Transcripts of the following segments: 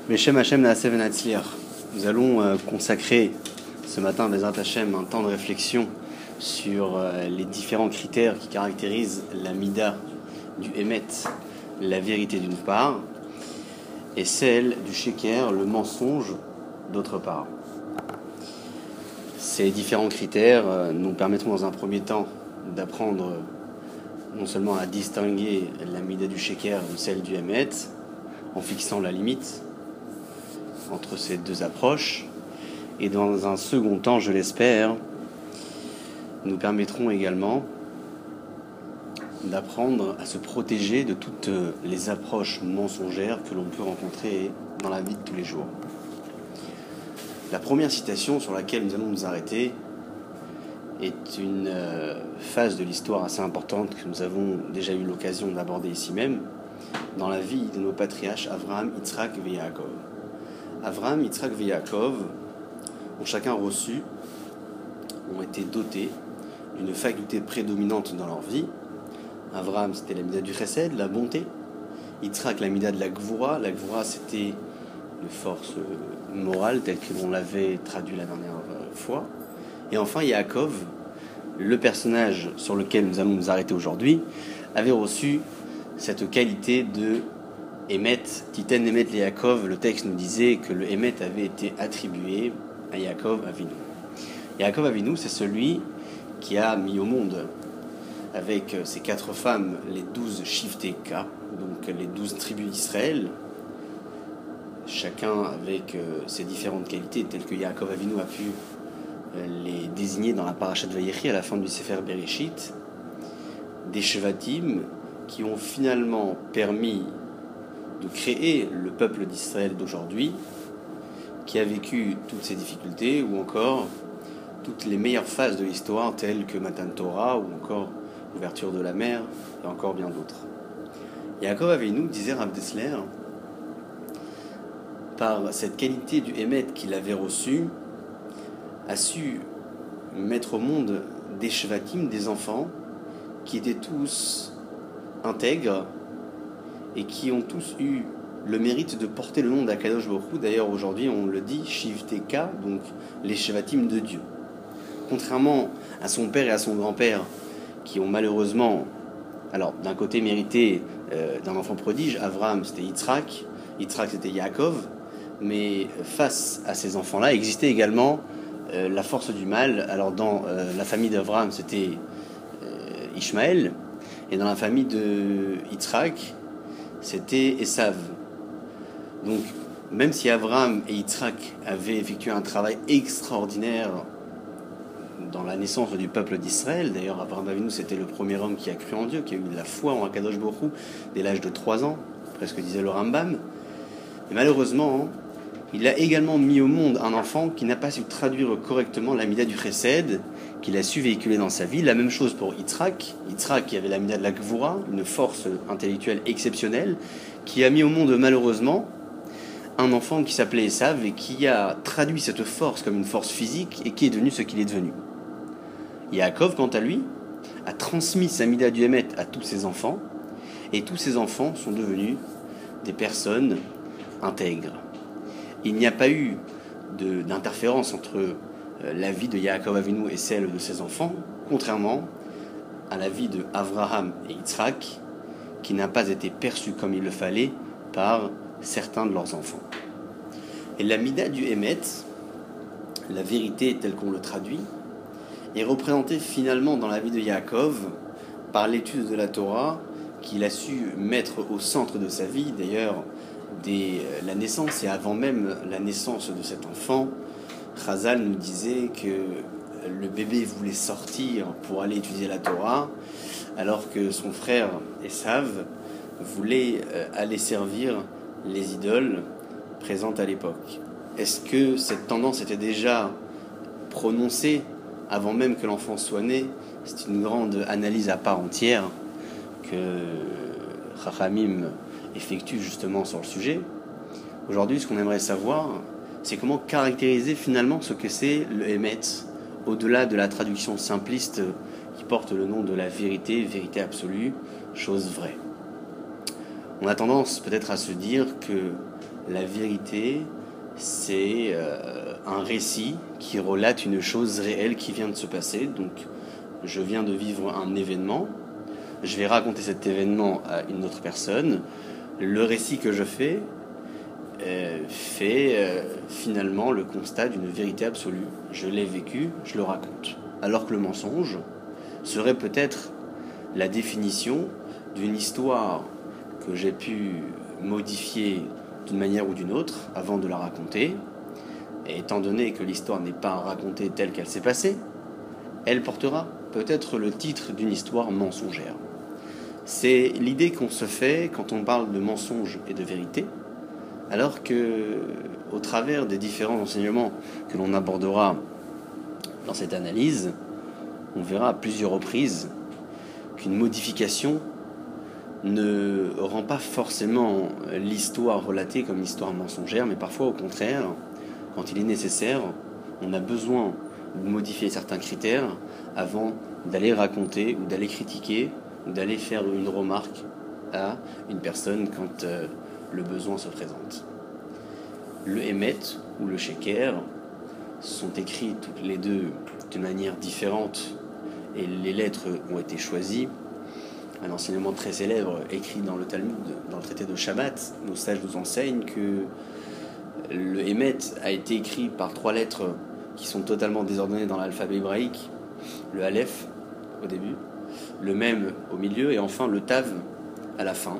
Beshem Hashem Naaseh Venatzliach. Nous allons consacrer ce matin, Bezrat Hashem, un temps de réflexion sur les différents critères qui caractérisent la mida du Emet, la vérité d'une part, et celle du Sheker, le mensonge, d'autre part. Ces différents critères nous permettront dans un premier temps d'apprendre non seulement à distinguer la mida du Sheker de celle du Emet, en fixant la limite entre ces deux approches, et dans un second temps, je l'espère, nous permettront également d'apprendre à se protéger de toutes les approches mensongères que l'on peut rencontrer dans la vie de tous les jours. La première citation sur laquelle nous allons nous arrêter est une phase de l'histoire assez importante que nous avons déjà eu l'occasion d'aborder ici même, dans la vie de nos patriarches Avraham, Yitzhak et Yaakov. Avraham, Yitzhak et Yaakov ont chacun reçu, ont été dotés d'une faculté prédominante dans leur vie. Avraham, c'était la mida du chesed, la bonté. Yitzhak, la mida de la gvura. La gvura, c'était une force morale, telle que l'on l'avait traduit la dernière fois. Et enfin, Yaakov, le personnage sur lequel nous allons nous arrêter aujourd'hui, avait reçu cette qualité de Emet, Titen Emet le Yaakov. Le texte nous disait que le Emet avait été attribué à Yaakov Avinu. Yaakov Avinu, c'est celui qui a mis au monde, avec ses 4 femmes, les 12 Shifteka, donc les 12 tribus d'Israël, chacun avec ses différentes qualités, telles que Yaakov Avinu a pu les désigner dans la Parashat Vayechi à la fin du Sefer Bereshit, des Shvatim qui ont finalement permis de créer le peuple d'Israël d'aujourd'hui, qui a vécu toutes ces difficultés, ou encore toutes les meilleures phases de l'histoire, telles que Matan Torah, ou encore l'ouverture de la mer, et encore bien d'autres. Yaakov Avinu, disait Rav Dessler, par cette qualité du Emet qu'il avait reçue, a su mettre au monde des Shvatim, des enfants, qui étaient tous intègres, et qui ont tous eu le mérite de porter le nom d'Akadosh Baruch Hu. D'ailleurs, aujourd'hui, on le dit, Shivteka, donc les Shevatim de Dieu. Contrairement à son père et à son grand-père, qui ont malheureusement, alors d'un côté mérité d'un enfant prodige, Avraham c'était Yitzhak, Yitzhak c'était Yaakov, mais face à ces enfants-là existait également la force du mal. Alors dans la famille d'Avraham c'était Ishmaël, et dans la famille de Yitzhak c'était Esav. Donc, même si Avraham et Yitzhak avaient effectué un travail extraordinaire dans la naissance du peuple d'Israël, d'ailleurs Avraham Avinu c'était le premier homme qui a cru en Dieu, qui a eu de la foi en Akadosh Baruch Hu dès l'âge de 3 ans, presque disait le Rambam, mais malheureusement, il a également mis au monde un enfant qui n'a pas su traduire correctement la mida du chesed, qu'il a su véhiculer dans sa vie. La même chose pour Yitzhak. Yitzhak qui avait la mida de la gvura, une force intellectuelle exceptionnelle, qui a mis au monde malheureusement un enfant qui s'appelait Esav et qui a traduit cette force comme une force physique et qui est devenu ce qu'il est devenu. Yaakov, quant à lui, a transmis sa mida du Emet à tous ses enfants, et tous ses enfants sont devenus des personnes intègres. Il n'y a pas eu d'interférence entre la vie de Yaakov Avinu et celle de ses enfants, contrairement à la vie de Avraham et Yitzhak, qui n'a pas été perçue comme il le fallait par certains de leurs enfants. Et la mida du Emet, la vérité telle qu'on le traduit, est représentée finalement dans la vie de Yaakov par l'étude de la Torah qu'il a su mettre au centre de sa vie. D'ailleurs, dès la naissance et avant même la naissance de cet enfant, Chazal nous disait que le bébé voulait sortir pour aller étudier la Torah, alors que son frère Esav voulait aller servir les idoles présentes à l'époque. Est-ce que cette tendance était déjà prononcée avant même que l'enfant soit né? C'est une grande analyse à part entière que Chachamim effectue justement sur le sujet. Aujourd'hui, ce qu'on aimerait savoir, c'est comment caractériser finalement ce que c'est le Emet, au-delà de la traduction simpliste qui porte le nom de la vérité, vérité absolue, chose vraie. On a tendance peut-être à se dire que La vérité, c'est un récit qui relate une chose réelle qui vient de se passer. Donc, je viens de vivre un événement, je vais raconter cet événement à une autre personne. Le récit que je fais finalement le constat d'une vérité absolue. Je l'ai vécu, je le raconte. Alors que le mensonge serait peut-être la définition d'une histoire que j'ai pu modifier d'une manière ou d'une autre avant de la raconter. Et étant donné que l'histoire n'est pas racontée telle qu'elle s'est passée, elle portera peut-être le titre d'une histoire mensongère. C'est l'idée qu'on se fait quand on parle de mensonge et de vérité, alors que, au travers des différents enseignements que l'on abordera dans cette analyse, on verra à plusieurs reprises qu'une modification ne rend pas forcément l'histoire relatée comme histoire mensongère, mais parfois au contraire, quand il est nécessaire, on a besoin de modifier certains critères avant d'aller raconter ou d'aller critiquer ou d'aller faire une remarque à une personne quand le besoin se présente. Le Emet ou le Sheker sont écrits toutes les deux de manière différente et les lettres ont été choisies. Un enseignement très célèbre écrit dans le Talmud, dans le traité de Shabbat, nos sages nous enseignent que le Emet a été écrit par 3 lettres qui sont totalement désordonnées dans l'alphabet hébraïque, le Aleph au début, le Mem au milieu et enfin le Tav à la fin,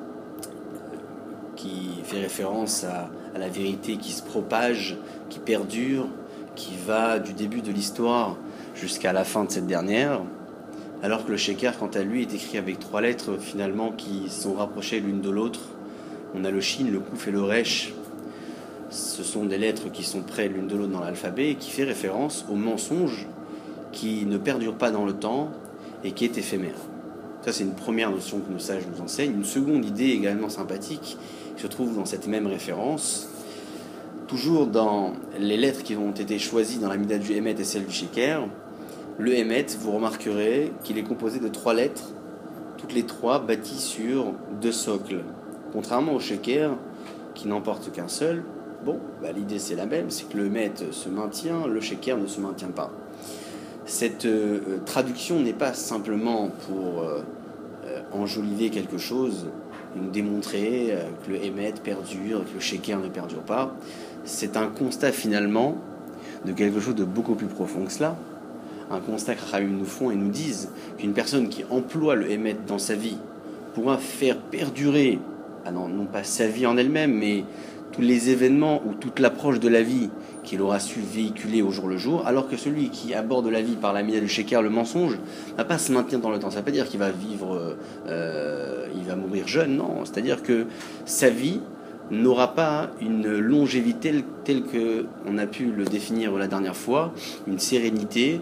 qui fait référence à la vérité qui se propage, qui perdure, qui va du début de l'histoire jusqu'à la fin de cette dernière, alors que le Sheker, quant à lui, est écrit avec 3 lettres finalement qui sont rapprochées l'une de l'autre. On a le Shin, le Kouf et le Resh. Ce sont des lettres qui sont près l'une de l'autre dans l'alphabet et qui fait référence au mensonge qui ne perdure pas dans le temps et qui est éphémère. Ça, c'est une première notion que nos sages nous enseignent. Une seconde idée également sympathique qui se trouve dans cette même référence. Toujours dans les lettres qui ont été choisies dans la Mida du Emet et celle du Sheker, le Emet, vous remarquerez qu'il est composé de 3 lettres, toutes les 3 bâties sur 2 socles. Contrairement au Sheker, qui n'en porte qu'un seul, l'idée c'est la même, c'est que le Emet se maintient, le Sheker ne se maintient pas. Cette traduction n'est pas simplement pour enjoliver quelque chose, nous démontrer que le Emet perdure, que le Sheker ne perdure pas. C'est un constat finalement de quelque chose de beaucoup plus profond que cela. Un constat que Chachamim nous font et nous disent qu'une personne qui emploie le Emet dans sa vie pourra faire perdurer, non pas sa vie en elle-même, mais tous les événements ou toute l'approche de la vie qu'il aura su véhiculer au jour le jour, alors que celui qui aborde la vie par la mina du Sheker, le mensonge, va pas se maintenir dans le temps. Ça ne veut pas dire qu'il va vivre, il va mourir jeune, non. C'est-à-dire que sa vie n'aura pas une longévité telle que on a pu le définir la dernière fois, une sérénité,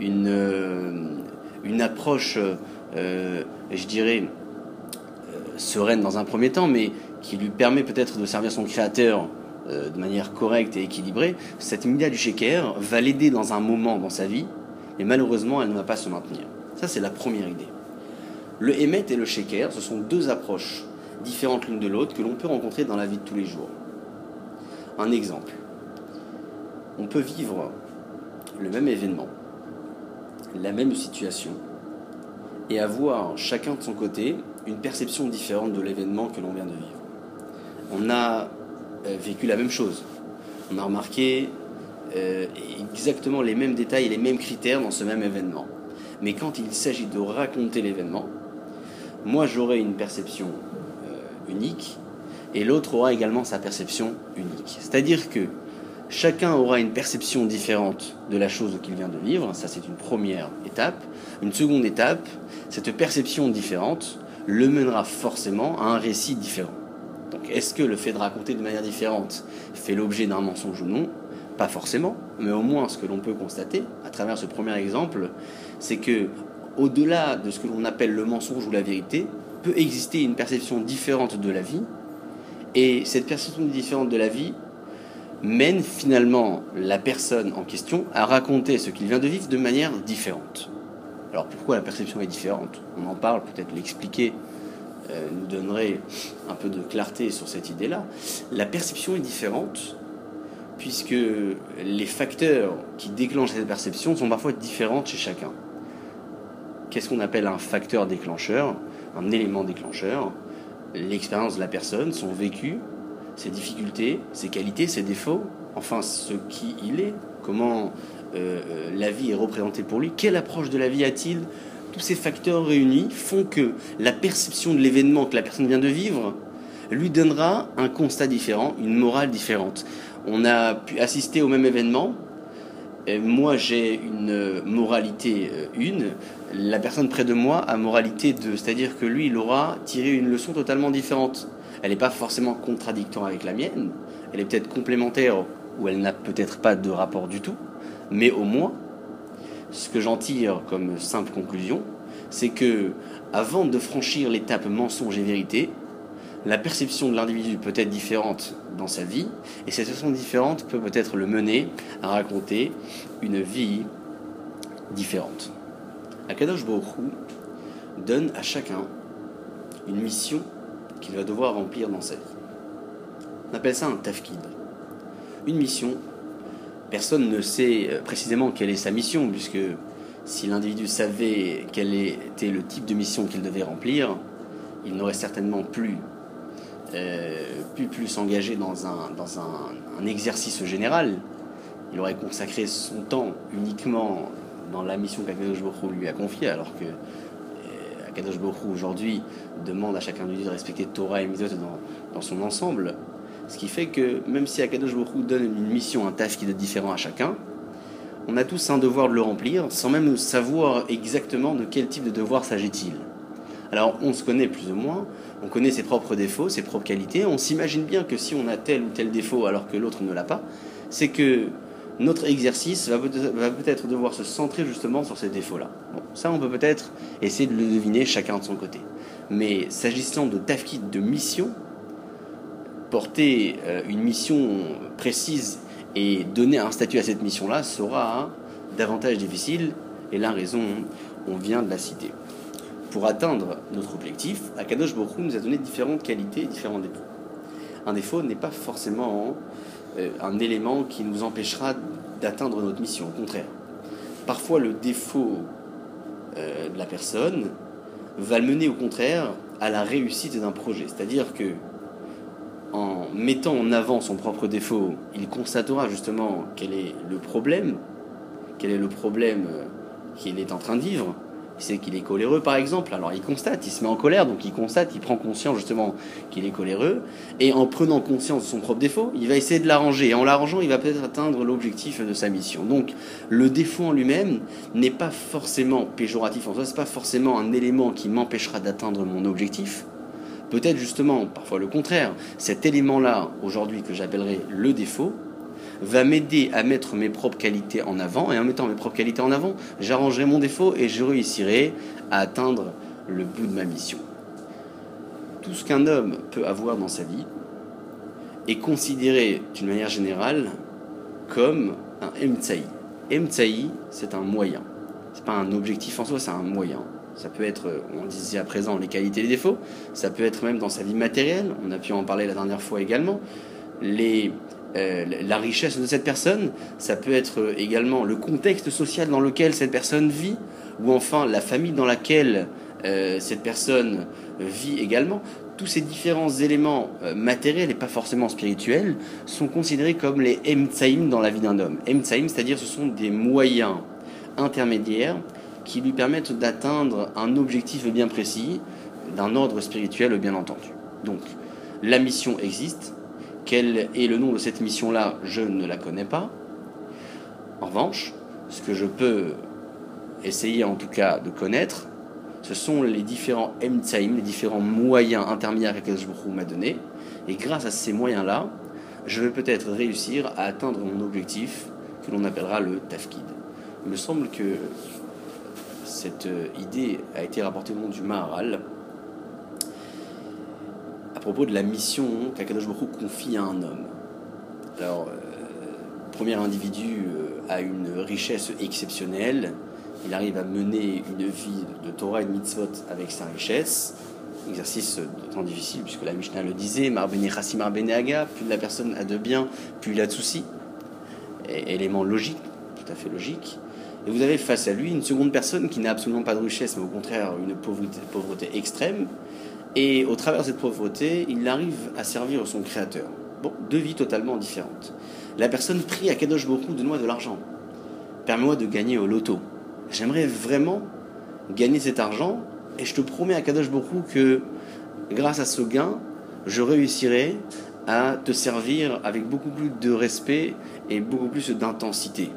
une approche, je dirais, sereine dans un premier temps, mais qui lui permet peut-être de servir son créateur de manière correcte et équilibrée. Cette mida du Sheker va l'aider dans un moment dans sa vie, mais malheureusement elle ne va pas se maintenir. Ça, c'est la première idée. Le Emet et le Sheker, ce sont 2 approches différentes l'une de l'autre que l'on peut rencontrer dans la vie de tous les jours. Un exemple. On peut vivre le même événement, la même situation, et avoir chacun de son côté une perception différente de l'événement que l'on vient de vivre. On a vécu la même chose. On a remarqué exactement les mêmes détails et les mêmes critères dans ce même événement. Mais quand il s'agit de raconter l'événement, moi j'aurai une perception unique et l'autre aura également sa perception unique. C'est-à-dire que chacun aura une perception différente de la chose qu'il vient de vivre. Ça, c'est une première étape. Une seconde étape, cette perception différente le mènera forcément à un récit différent. Donc, est-ce que le fait de raconter de manière différente fait l'objet d'un mensonge ou non ? Pas forcément, mais au moins ce que l'on peut constater à travers ce premier exemple, c'est que au-delà de ce que l'on appelle le mensonge ou la vérité, peut exister une perception différente de la vie, et cette perception différente de la vie mène finalement la personne en question à raconter ce qu'il vient de vivre de manière différente. Alors pourquoi la perception est différente ? On en parle, peut-être l'expliquer nous donnerait un peu de clarté sur cette idée-là. La perception est différente, puisque les facteurs qui déclenchent cette perception sont parfois différents chez chacun. Qu'est-ce qu'on appelle un facteur déclencheur, un élément déclencheur? L'expérience de la personne, son vécu, ses difficultés, ses qualités, ses défauts, enfin ce qui il est, comment la vie est représentée pour lui, quelle approche de la vie a-t-il? Tous ces facteurs réunis font que la perception de l'événement que la personne vient de vivre lui donnera un constat différent, une morale différente. On a pu assister au même événement. Moi, j'ai une moralité 1, la personne près de moi a moralité 2, c'est-à-dire que lui, il aura tiré une leçon totalement différente. Elle n'est pas forcément contradictoire avec la mienne, elle est peut-être complémentaire ou elle n'a peut-être pas de rapport du tout, mais au moins, ce que j'en tire comme simple conclusion, c'est que, avant de franchir l'étape mensonge et vérité, la perception de l'individu peut être différente dans sa vie, et cette façon différente peut peut-être le mener à raconter une vie différente. Akadosh Baruch Hu donne à chacun une mission qu'il va devoir remplir dans sa vie. On appelle ça un tafkid. Une mission, personne ne sait précisément quelle est sa mission, puisque si l'individu savait quel était le type de mission qu'il devait remplir, il n'aurait certainement plus s'engager dans un exercice général. Il aurait consacré son temps uniquement dans la mission qu'Akadosh Baruch Hu lui a confiée, alors que Akadosh Baruch Hu aujourd'hui demande à chacun de lui de respecter Torah et Mitzvot dans son ensemble. Ce qui fait que même si Akadosh Baruch Hu donne une mission, un taf qui est différent à chacun, on a tous un devoir de le remplir sans même savoir exactement de quel type de devoir s'agit-il. Alors on se connaît plus ou moins, on connaît ses propres défauts, ses propres qualités, on s'imagine bien que si on a tel ou tel défaut alors que l'autre ne l'a pas, c'est que notre exercice va peut-être devoir se centrer justement sur ces défauts-là. Bon, ça on peut peut-être essayer de le deviner chacun de son côté. Mais s'agissant de tafkid, de mission, porter une mission précise et donner un statut à cette mission-là sera davantage difficile, et la raison, on vient de la citer. Pour atteindre notre objectif, Akadosh Baruch Hu nous a donné différentes qualités et différents défauts. Un défaut n'est pas forcément un élément qui nous empêchera d'atteindre notre mission, au contraire. Parfois, le défaut de la personne va le mener au contraire à la réussite d'un projet. C'est-à-dire que en mettant en avant son propre défaut, il constatera justement quel est le problème qu'il est en train de vivre. Il sait qu'il est coléreux par exemple, alors il constate, il se met en colère, donc il constate, il prend conscience justement qu'il est coléreux, et en prenant conscience de son propre défaut, il va essayer de l'arranger, et en l'arrangeant, il va peut-être atteindre l'objectif de sa mission. Donc le défaut en lui-même n'est pas forcément péjoratif en soi, c'est pas forcément un élément qui m'empêchera d'atteindre mon objectif. Peut-être justement, parfois le contraire, cet élément-là, aujourd'hui que j'appellerais le défaut, va m'aider à mettre mes propres qualités en avant, et en mettant mes propres qualités en avant, j'arrangerai mon défaut et je réussirai à atteindre le bout de ma mission. Tout ce qu'un homme peut avoir dans sa vie est considéré d'une manière générale comme un emtsaï. Emtsaï, c'est un moyen. C'est pas un objectif en soi, c'est un moyen. Ça peut être, on disait à présent, les qualités et les défauts. Ça peut être même dans sa vie matérielle. On a pu en parler la dernière fois également. La richesse de cette personne, ça peut être également le contexte social dans lequel cette personne vit, ou enfin la famille dans laquelle cette personne vit également. Tous ces différents éléments matériels et pas forcément spirituels sont considérés comme les emtsaïm dans la vie d'un homme. Emtsaïm, c'est-à-dire ce sont des moyens intermédiaires qui lui permettent d'atteindre un objectif bien précis, d'un ordre spirituel bien entendu. Donc, la mission existe. Quel est le nom de cette mission-là? Je ne la connais pas. En revanche, ce que je peux essayer en tout cas de connaître, ce sont les différents emtsaïm, les différents moyens intermédiaires qu'Akadosh Baruch Hu m'a donnés. Et grâce à ces moyens-là, je vais peut-être réussir à atteindre mon objectif que l'on appellera le tafkid. Il me semble que cette idée a été rapportée au nom du Maharal à propos de la mission qu'Akadosh Baruch Hu confie à un homme. Alors, le premier individu a une richesse exceptionnelle, il arrive à mener une vie de Torah et de mitzvot avec sa richesse, exercice d'autant difficile, puisque la Mishnah le disait, Marbene Chassi Marbene Aga, plus la personne a de biens, plus il a de soucis. Élément logique, tout à fait logique. Et vous avez face à lui une seconde personne qui n'a absolument pas de richesse, mais au contraire une pauvreté extrême. Et au travers de cette pauvreté, il arrive à servir son créateur. Bon, deux vies totalement différentes. La personne prie à Kadosh Baruch Hu, donne-moi de l'argent. Permets-moi de gagner au loto. J'aimerais vraiment gagner cet argent, et je te promets à Kadosh Baruch Hu que grâce à ce gain, je réussirai à te servir avec beaucoup plus de respect et beaucoup plus d'intensité.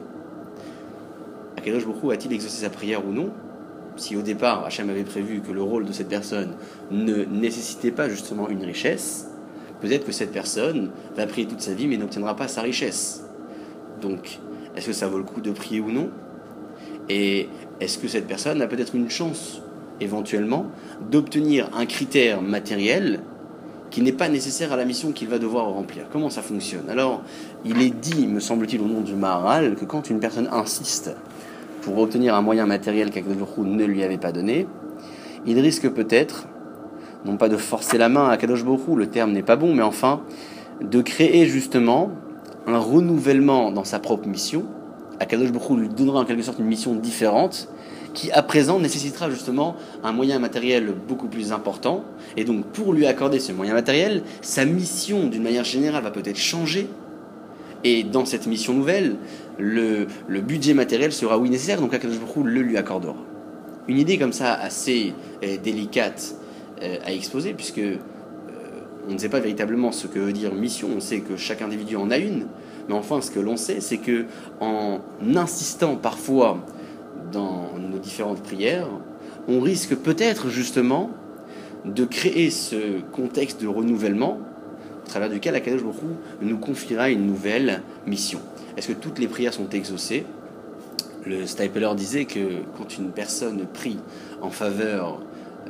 Akadosh Baruch Hu a-t-il exaucé sa prière ou non? Si au départ Hachem avait prévu que le rôle de cette personne ne nécessitait pas justement une richesse, peut-être que cette personne va prier toute sa vie mais n'obtiendra pas sa richesse. Donc, est-ce que ça vaut le coup de prier ou non? Et est-ce que cette personne a peut-être une chance, éventuellement, d'obtenir un critère matériel qui n'est pas nécessaire à la mission qu'il va devoir remplir? Comment ça fonctionne? Alors, il est dit, me semble-t-il, au nom du Maharal, que quand une personne insiste pour obtenir un moyen matériel qu'Akadosh Baruch Hu ne lui avait pas donné, il risque peut-être, non pas de forcer la main à Akadosh Baruch Hu, le terme n'est pas bon, mais enfin, de créer justement un renouvellement dans sa propre mission. Akadosh Baruch Hu lui donnera en quelque sorte une mission différente, qui à présent nécessitera justement un moyen matériel beaucoup plus important. Et donc pour lui accorder ce moyen matériel, sa mission d'une manière générale va peut-être changer. Et dans cette mission nouvelle, le budget matériel sera oui nécessaire, donc Akadosh Baruch Hu le lui accordera. Une idée comme ça assez délicate à exposer, puisque on ne sait pas véritablement ce que veut dire mission, on sait que chaque individu en a une, mais enfin ce que l'on sait, c'est que en insistant parfois dans nos différentes prières, on risque peut-être justement de créer ce contexte de renouvellement au travers duquel Akadosh Baruch Hu nous confiera une nouvelle mission. Est-ce que toutes les prières sont exaucées? Le Stapler disait que quand une personne prie en faveur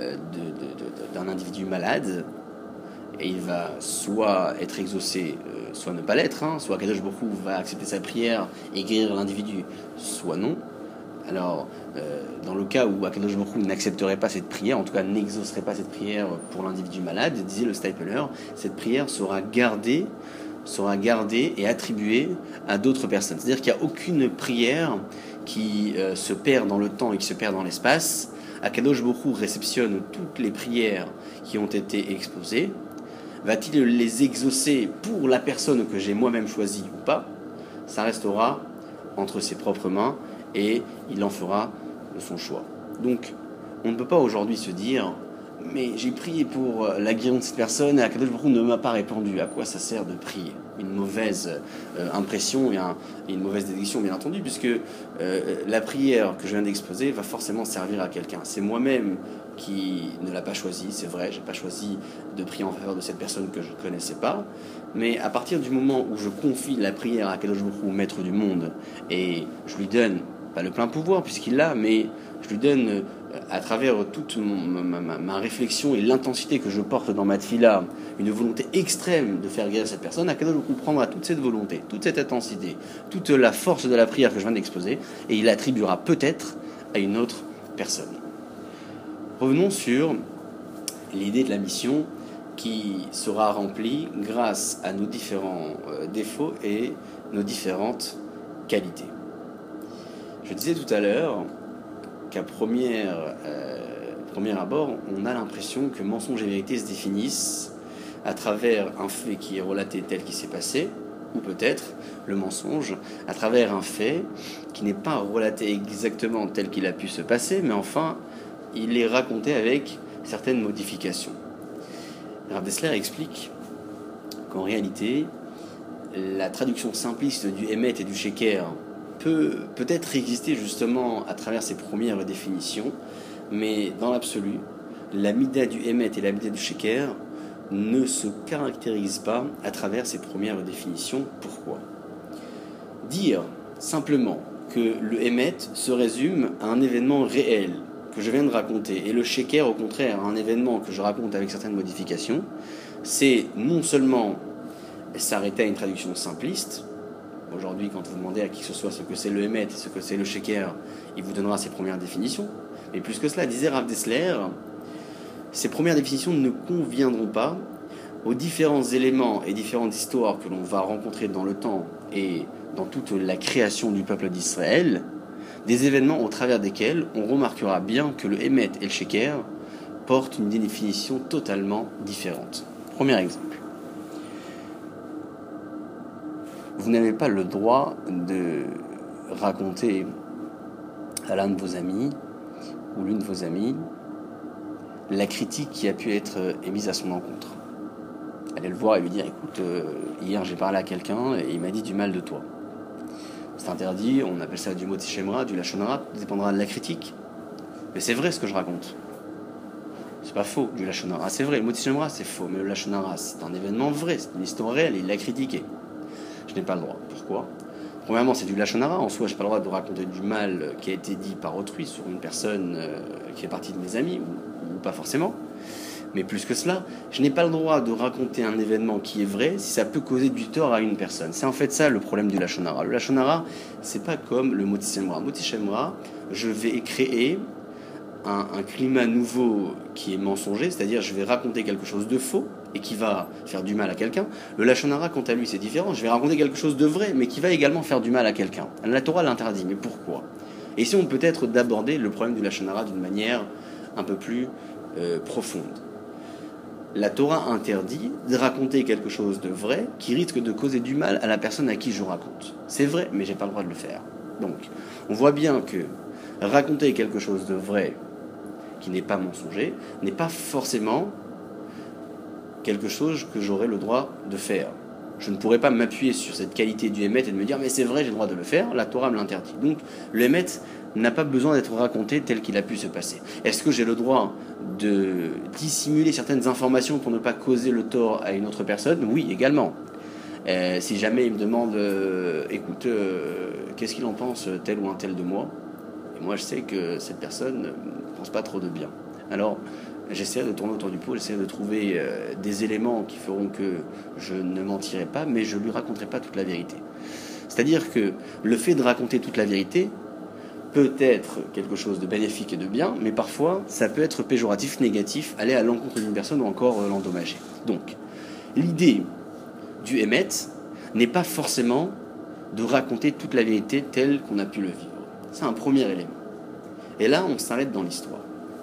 d'un individu malade, et il va soit être exaucé, soit ne pas l'être, soit Akadosh Baruch Hu va accepter sa prière et guérir l'individu, soit non. Alors, dans le cas où Akadosh Baruch Hu n'accepterait pas cette prière, en tout cas n'exaucerait pas cette prière pour l'individu malade, disait le Stapler, cette prière sera gardée et attribuée à d'autres personnes. C'est-à-dire qu'il n'y a aucune prière qui se perd dans le temps et qui se perd dans l'espace. Akadosh Baruch Hu réceptionne toutes les prières qui ont été exposées. Va-t-il les exaucer pour la personne que j'ai moi-même choisie ou pas? Ça restera entre ses propres mains et il en fera de son choix. Donc, on ne peut pas aujourd'hui se dire « Mais j'ai prié pour la guérison de cette personne et Akadosh Baruch Hu ne m'a pas répondu. À quoi ça sert de prier ?» Une mauvaise impression et une mauvaise déduction, bien entendu, puisque la prière que je viens d'exposer va forcément servir à quelqu'un. C'est moi-même qui ne l'a pas choisi, c'est vrai, j'ai pas choisi de prier en faveur de cette personne que je ne connaissais pas, mais à partir du moment où je confie la prière à Akadosh Baruch Hu, maître du monde, et je lui donne, pas le plein pouvoir puisqu'il l'a, mais je lui donne à travers toute ma réflexion et l'intensité que je porte dans ma tfila, une volonté extrême de faire guérir cette personne, Akadosh Baruch Hu prendra toute cette volonté, toute cette intensité, toute la force de la prière que je viens d'exposer, et il l'attribuera peut-être à une autre personne. Revenons sur l'idée de la mission qui sera remplie grâce à nos différents défauts et nos différentes qualités. Je disais tout à l'heure qu'à premier abord, on a l'impression que mensonge et vérité se définissent à travers un fait qui est relaté tel qu'il s'est passé, ou peut-être le mensonge à travers un fait qui n'est pas relaté exactement tel qu'il a pu se passer, mais enfin, il est raconté avec certaines modifications. Rav Dessler explique qu'en réalité, la traduction simpliste du Emet et du Sheker peut-être exister justement à travers ses premières définitions, mais dans l'absolu, la mida du Emet et la mida du Sheker ne se caractérisent pas à travers ces premières définitions. Pourquoi? Dire simplement que le Emet se résume à un événement réel que je viens de raconter, et le Sheker, au contraire, un événement que je raconte avec certaines modifications, c'est non seulement s'arrêter à une traduction simpliste. Aujourd'hui, quand vous demandez à qui que ce soit ce que c'est le Emet et ce que c'est le Sheker, il vous donnera ses premières définitions. Mais plus que cela, disait Rav Dessler, ces premières définitions ne conviendront pas aux différents éléments et différentes histoires que l'on va rencontrer dans le temps et dans toute la création du peuple d'Israël, des événements au travers desquels on remarquera bien que le Hémet et le Sheker portent une définition totalement différente. Premier exemple. Vous n'avez pas le droit de raconter à l'un de vos amis ou l'une de vos amies la critique qui a pu être émise à son encontre. Allez le voir et lui dire, écoute, hier j'ai parlé à quelqu'un et il m'a dit du mal de toi. C'est interdit, on appelle ça du mot Shemra, du Lashon Hara, ça dépendra de la critique. Mais c'est vrai ce que je raconte. C'est pas faux, du Lashon Hara. C'est vrai, le mot Shemra c'est faux, mais le Lashon Hara c'est un événement vrai, c'est une histoire réelle et il l'a critiqué. Je n'ai pas le droit. Pourquoi ? Premièrement, c'est du Lashon Hara. En soi, je n'ai pas le droit de raconter du mal qui a été dit par autrui sur une personne qui fait partie de mes amis, ou pas forcément. Mais plus que cela, je n'ai pas le droit de raconter un événement qui est vrai si ça peut causer du tort à une personne. C'est en fait ça le problème du Lashon Hara. Le Lashon Hara, c'est pas comme le Moti Shemra. Moti Shemra, je vais créer un climat nouveau qui est mensonger, c'est-à-dire je vais raconter quelque chose de faux et qui va faire du mal à quelqu'un. Le Lashon Hara, quant à lui, c'est différent. Je vais raconter quelque chose de vrai, mais qui va également faire du mal à quelqu'un. La Torah l'interdit, mais pourquoi ? Et si on peut être d'aborder le problème du Lashon Hara d'une manière un peu plus profonde. La Torah interdit de raconter quelque chose de vrai qui risque de causer du mal à la personne à qui je raconte. C'est vrai, mais j'ai pas le droit de le faire. Donc, on voit bien que raconter quelque chose de vrai qui n'est pas mensonger n'est pas forcément quelque chose que j'aurais le droit de faire. Je ne pourrais pas m'appuyer sur cette qualité du Hémet et de me dire mais c'est vrai, j'ai le droit de le faire, la Torah me l'interdit. Donc le Hémet n'a pas besoin d'être raconté tel qu'il a pu se passer. Est-ce que j'ai le droit de dissimuler certaines informations pour ne pas causer le tort à une autre personne ? Oui, également. Si jamais il me demande écoute, qu'est-ce qu'il en pense tel ou un tel de moi ? Et moi je sais que cette personne ne pense pas trop de bien. Alors j'essaie de tourner autour du pot, j'essaie de trouver des éléments qui feront que je ne mentirai pas, mais je ne lui raconterai pas toute la vérité. C'est-à-dire que le fait de raconter toute la vérité peut être quelque chose de bénéfique et de bien, mais parfois ça peut être péjoratif, négatif, aller à l'encontre d'une personne ou encore l'endommager. Donc, l'idée du Hémet n'est pas forcément de raconter toute la vérité telle qu'on a pu le vivre. C'est un premier élément. Et là, on s'arrête dans l'histoire.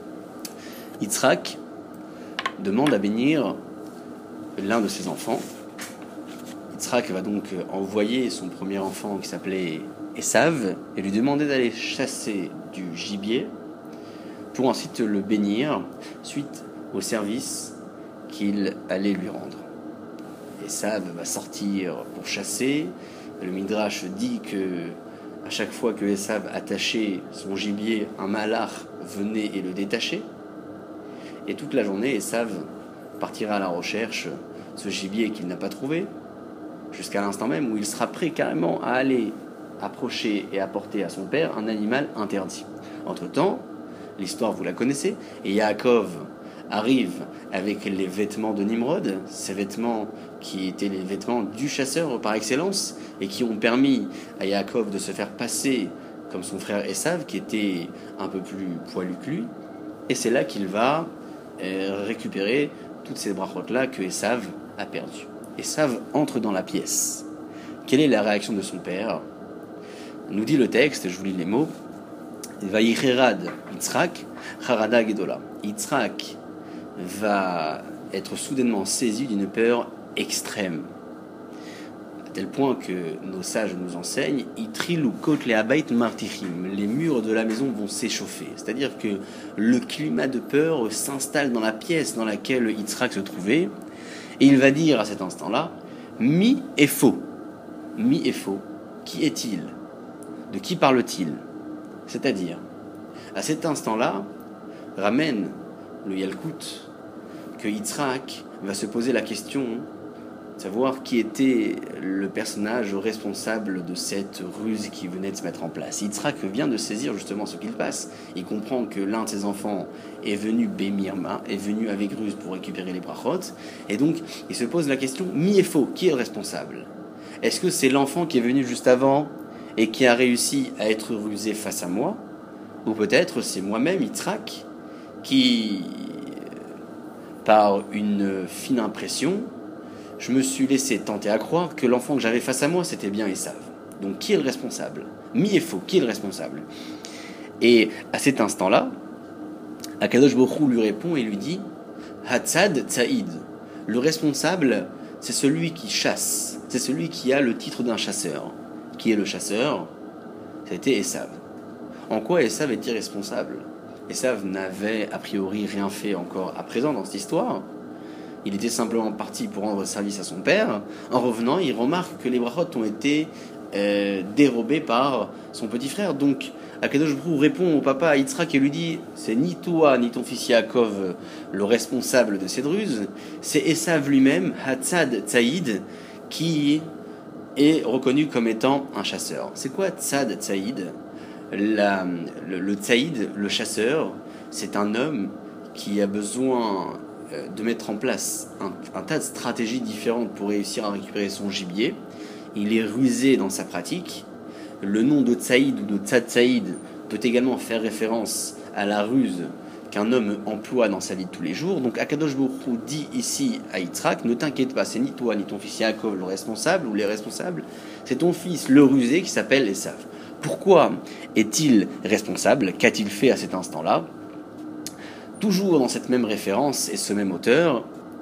Yitzhak demande à bénir l'un de ses enfants. Yitzhak va donc envoyer son premier enfant qui s'appelait Esav et lui demander d'aller chasser du gibier pour ensuite le bénir suite au service qu'il allait lui rendre. Esav va sortir pour chasser. Le Midrash dit que à chaque fois que Esav attachait son gibier, un malach venait et le détachait. Et toute la journée, Esav partira à la recherche de ce gibier qu'il n'a pas trouvé, jusqu'à l'instant même où il sera prêt carrément à aller approcher et apporter à son père un animal interdit. Entre-temps, l'histoire vous la connaissez, et Yaakov arrive avec les vêtements de Nimrod, ces vêtements qui étaient les vêtements du chasseur par excellence, et qui ont permis à Yaakov de se faire passer comme son frère Esav, qui était un peu plus poilu que lui, et c'est là qu'il va récupérer toutes ces brachot-là que Esav a perdues. Esav entre dans la pièce. Quelle est la réaction de son père ? Nous dit le texte, je vous lis les mots. Vayicherad Yitzhak, Harada Gedola. Yitzhak va être soudainement saisi d'une peur extrême, à tel point que nos sages nous enseignent Itrilu kot lehabait martichim, les murs de la maison vont s'échauffer. C'est-à-dire que le climat de peur s'installe dans la pièce dans laquelle Yitzhak se trouvait, et il va dire à cet instant-là Mi est faux. Mi est faux. Qui est-il ? De qui parle-t-il ? C'est-à-dire, à cet instant-là, ramène le Yalkut que Yitzhak va se poser la question de savoir qui était le personnage responsable de cette ruse qui venait de se mettre en place. Yitzhak vient de saisir justement ce qu'il passe. Il comprend que l'un de ses enfants est venu Bémirma, est venu avec ruse pour récupérer les brachot, et donc il se pose la question, mi est faux, qui est le responsable ? Est-ce que c'est l'enfant qui est venu juste avant et qui a réussi à être rusé face à moi ? Ou peut-être c'est moi-même, Yitzhak, qui par une fine impression, je me suis laissé tenter à croire que l'enfant que j'avais face à moi, c'était bien Esav. Donc qui est le responsable? Mi et faux, qui est le responsable? Et à cet instant-là, Akadosh Baruch Hu lui répond et lui dit Hatzad Tsaïd. Le responsable, c'est celui qui chasse, c'est celui qui a le titre d'un chasseur. Qui est le chasseur? C'était Esav. En quoi Esav est irresponsable? Esav n'avait a priori rien fait encore à présent dans cette histoire. Il était simplement parti pour rendre service à son père. En revenant, il remarque que les brachot ont été dérobés par son petit frère. Donc, Akadosh Baruch Hu répond au papa à Yitzhak et lui dit c'est ni toi ni ton fils Yaakov le responsable de cette ruse, c'est Esav lui-même, Hatzad Tsaïd, qui est reconnu comme étant un chasseur. C'est quoi Tzad Tsaïd? Le Tsaïd, le chasseur, c'est un homme qui a besoin de mettre en place un tas de stratégies différentes pour réussir à récupérer son gibier. Il est rusé dans sa pratique. Le nom de Tsaïd ou de Tzad Tsaïd peut également faire référence à la ruse qu'un homme emploie dans sa vie de tous les jours. Donc Akadosh Baruch Hu dit ici à Yitzhak, ne t'inquiète pas, c'est ni toi ni ton fils Yaakov le responsable ou les responsables, c'est ton fils le rusé qui s'appelle Esav. Pourquoi est-il responsable? Qu'a-t-il fait à cet instant-là? Toujours dans cette même référence et ce même auteur,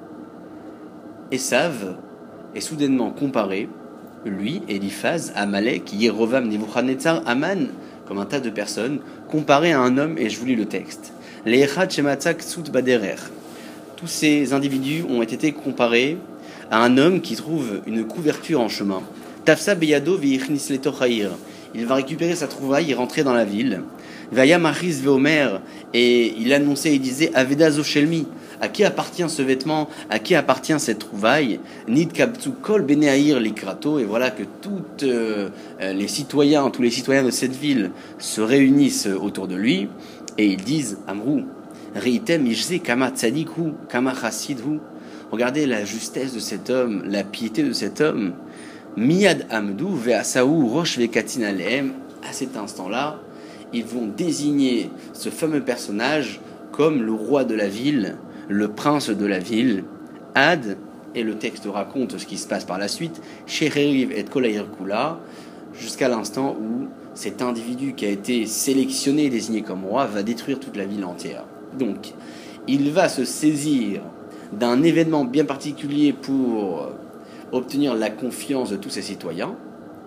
Esav est soudainement comparé, lui, Eliphaz, Amalek, Yerovam, Nebuchadnezzar, Aman, comme un tas de personnes, comparé à un homme, et je vous lis le texte. Le'echad shematzak tzut baderer. Tous ces individus ont été comparés à un homme qui trouve une couverture en chemin. Tafsa beyado veichnis letochaïr. Il va récupérer sa trouvaille et rentrer dans la ville. Vaya maris veomer, et il annonçait, il disait Aveda zoshelmi. À qui appartient ce vêtement? À qui appartient cette trouvaille? Nid kaptsu kol beneaïr likrato. Et voilà que tous les citoyens de cette ville se réunissent autour de lui et ils disent Amrou, reitem ishze kama tzadikhu, kama chassidhu. Regardez la justesse de cet homme, la piété de cet homme. Miyad amdu ve'asahu rosh ve'katin alehem. À cet instant-là, ils vont désigner ce fameux personnage comme le roi de la ville, le prince de la ville, Ad, et le texte raconte ce qui se passe par la suite, Shecheriv et Kolaïr Kula, jusqu'à l'instant où cet individu qui a été sélectionné et désigné comme roi va détruire toute la ville entière. Donc, il va se saisir d'un événement bien particulier pour obtenir la confiance de tous ses citoyens,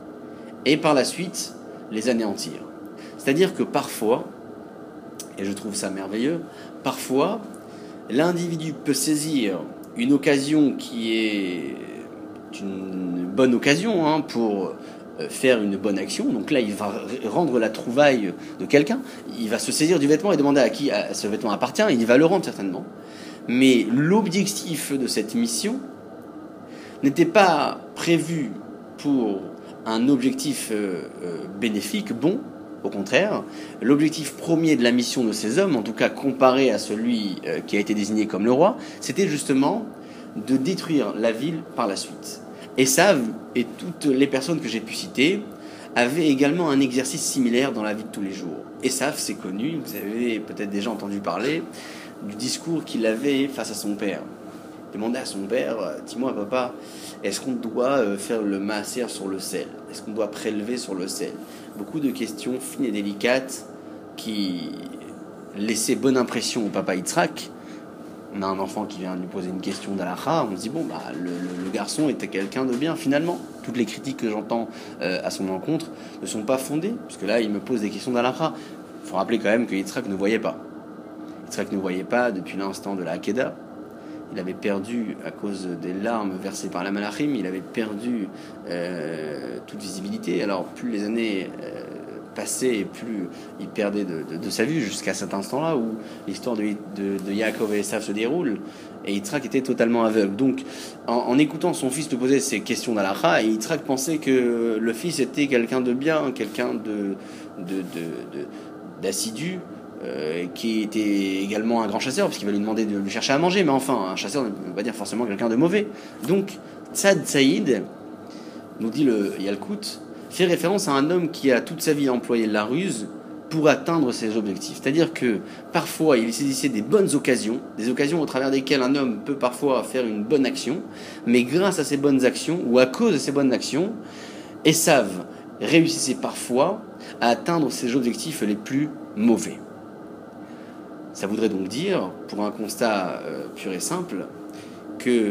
et par la suite, les anéantir. C'est-à-dire que parfois, et je trouve ça merveilleux, parfois, l'individu peut saisir une occasion qui est une bonne occasion pour faire une bonne action. Donc là, il va rendre la trouvaille de quelqu'un. Il va se saisir du vêtement et demander à qui ce vêtement appartient. Il va le rendre certainement. Mais l'objectif de cette mission n'était pas prévu pour un objectif bénéfique, bon. Au contraire, l'objectif premier de la mission de ces hommes, en tout cas comparé à celui qui a été désigné comme le roi, c'était justement de détruire la ville par la suite. Esav et toutes les personnes que j'ai pu citer avaient également un exercice similaire dans la vie de tous les jours. Esav, c'est connu, vous avez peut-être déjà entendu parler du discours qu'il avait face à son père. Il demandait à son père, dis-moi papa, est-ce qu'on doit faire le maaser sur le sel? Est-ce qu'on doit prélever sur le sel? Beaucoup de questions fines et délicates qui laissaient bonne impression au papa Yitzhak. On a un enfant qui vient lui poser une question d'Alacha, on se dit le garçon était quelqu'un de bien finalement. Toutes les critiques que j'entends à son encontre ne sont pas fondées, puisque là il me pose des questions d'Alacha. Il faut rappeler quand même que Yitzhak ne voyait pas. Yitzhak ne voyait pas depuis l'instant de la Hakeda. Il avait perdu, à cause des larmes versées par la Malachim, il avait perdu toute visibilité. Alors, plus les années passaient, et plus il perdait de sa vue, jusqu'à cet instant-là où l'histoire de Yaakov et Esav se déroule, et Yitzhak était totalement aveugle. Donc, en écoutant son fils lui poser ces questions d'Alacha, Yitzhak pensait que le fils était quelqu'un de bien, quelqu'un d'assidu, qui était également un grand chasseur, parce qu'il va lui demander de lui chercher à manger, mais enfin, un chasseur ne veut pas dire forcément quelqu'un de mauvais. Donc, Tzad Tsaïd, nous dit le Yalkut, fait référence à un homme qui a toute sa vie employé la ruse pour atteindre ses objectifs. C'est-à-dire que parfois il saisissait des bonnes occasions, des occasions au travers desquelles un homme peut parfois faire une bonne action, mais grâce à ces bonnes actions, ou à cause de ces bonnes actions, Esav réussissait parfois à atteindre ses objectifs les plus mauvais. Ça voudrait donc dire, pour un constat pur et simple, que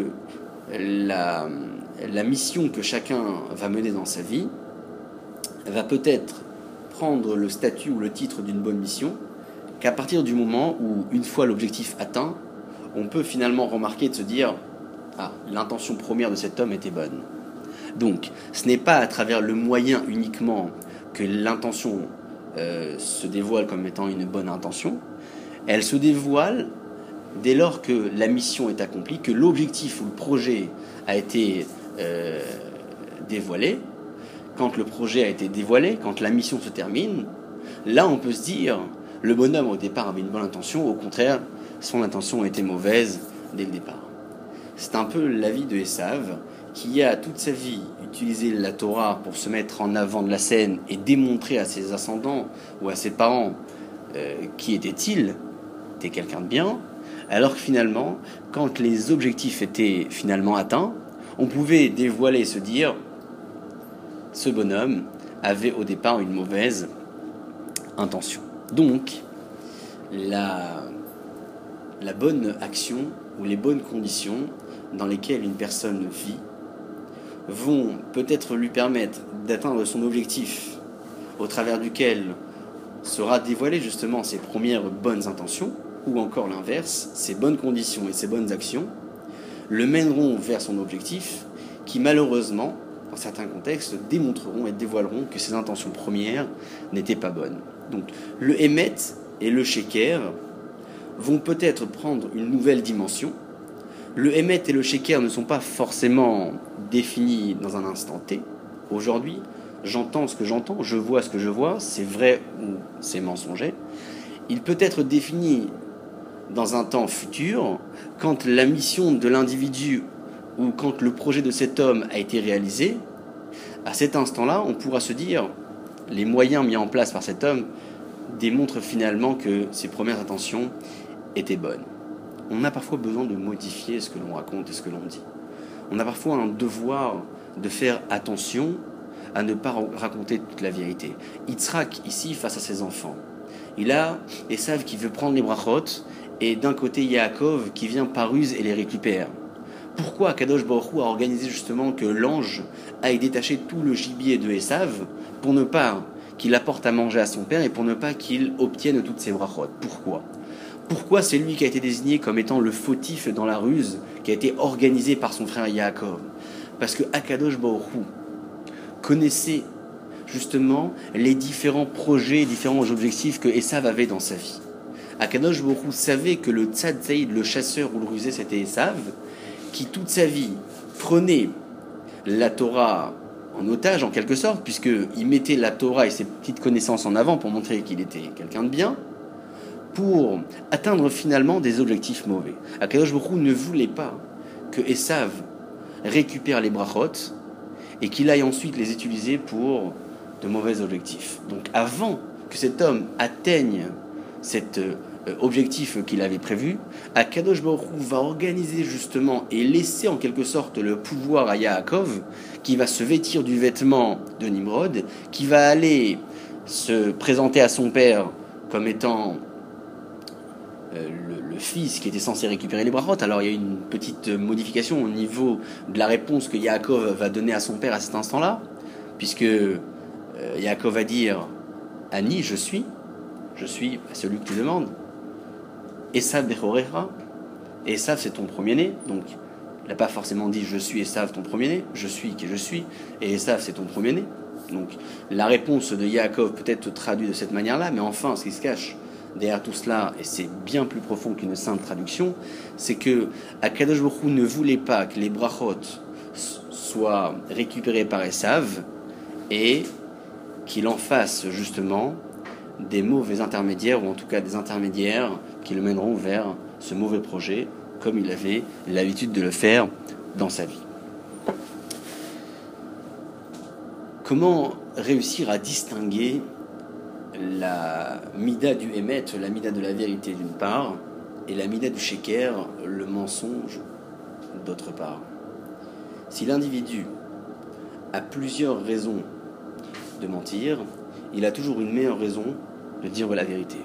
la mission que chacun va mener dans sa vie va peut-être prendre le statut ou le titre d'une bonne mission qu'à partir du moment où, une fois l'objectif atteint, on peut finalement remarquer de se dire « Ah, l'intention première de cet homme était bonne ». Donc, ce n'est pas à travers le moyen uniquement que l'intention se dévoile comme étant une bonne intention. Elle se dévoile dès lors que la mission est accomplie, que l'objectif ou le projet a été dévoilé. Quand le projet a été dévoilé, quand la mission se termine, là on peut se dire, le bonhomme au départ avait une bonne intention, au contraire, son intention était mauvaise dès le départ. C'est un peu l'avis de Esav, qui a toute sa vie utilisé la Torah pour se mettre en avant de la scène et démontrer à ses ascendants ou à ses parents qui était-il, était quelqu'un de bien, alors que finalement, quand les objectifs étaient finalement atteints, on pouvait dévoiler et se dire ce bonhomme avait au départ une mauvaise intention. Donc, la bonne action ou les bonnes conditions dans lesquelles une personne vit vont peut-être lui permettre d'atteindre son objectif au travers duquel sera dévoilé justement ses premières bonnes intentions, ou encore l'inverse, ses bonnes conditions et ses bonnes actions le mèneront vers son objectif qui malheureusement, dans certains contextes, démontreront et dévoileront que ses intentions premières n'étaient pas bonnes. Donc le Hémet et le Sheker vont peut-être prendre une nouvelle dimension. Le Hémet et le Sheker ne sont pas forcément définis dans un instant T. Aujourd'hui, j'entends ce que j'entends, je vois ce que je vois, c'est vrai ou c'est mensonger. Il peut être défini dans un temps futur, quand la mission de l'individu ou quand le projet de cet homme a été réalisé, à cet instant-là, on pourra se dire, les moyens mis en place par cet homme démontrent finalement que ses premières intentions étaient bonnes. On a parfois besoin de modifier ce que l'on raconte et ce que l'on dit. On a parfois un devoir de faire attention à ne pas raconter toute la vérité. Yitzhak, ici, face à ses enfants, il a Esav qui veut prendre les brachot, et d'un côté Yaakov qui vient par ruse et les récupère. Pourquoi Kadosh Baruch Hu a organisé justement que l'ange aille détacher tout le gibier de Esav pour ne pas qu'il apporte à manger à son père et pour ne pas qu'il obtienne toutes ses brachot? Pourquoi c'est lui qui a été désigné comme étant le fautif dans la ruse qui a été organisée par son frère Yaakov? Parce que Akadosh Baruch Hu connaissait justement les différents projets, différents objectifs que Esav avait dans sa vie. Akadosh Baruch Hu savait que le Tzad Zaïd, le chasseur ou le rusé, c'était Esav, qui toute sa vie prenait la Torah en otage en quelque sorte, puisqu'il mettait la Torah et ses petites connaissances en avant pour montrer qu'il était quelqu'un de bien, pour atteindre finalement des objectifs mauvais. Akadosh Baruch Hu ne voulait pas que Esav récupère les brachot et qu'il aille ensuite les utiliser pour de mauvais objectifs. Donc avant que cet homme atteigne cet objectif qu'il avait prévu, Akadosh Baruch Hu va organiser justement et laisser en quelque sorte le pouvoir à Yaakov, qui va se vêtir du vêtement de Nimrod, qui va aller se présenter à son père comme étant le fils qui était censé récupérer les brachot. Alors il y a une petite modification au niveau de la réponse que Yaakov va donner à son père à cet instant-là, puisque Yaakov va dire « Ani, je suis celui que tu demandes. Esav Bechorecha, Esav c'est ton premier-né, donc il n'a pas forcément dit je suis Esav ton premier-né, je suis qui je suis, et Esav c'est ton premier-né. Donc la réponse de Yaakov peut être traduite de cette manière-là, mais enfin ce qui se cache derrière tout cela, et c'est bien plus profond qu'une simple traduction, c'est que Akadosh Baruch Hu ne voulait pas que les brachot soient récupérés par Esav et qu'il en fasse justement des mauvais intermédiaires, ou en tout cas des intermédiaires qui le mèneront vers ce mauvais projet, comme il avait l'habitude de le faire dans sa vie. Comment réussir à distinguer la mida du Emet, la mida de la vérité d'une part, et la mida du Sheker, le mensonge d'autre part. Si l'individu a plusieurs raisons de mentir, il a toujours une meilleure raison de dire la vérité.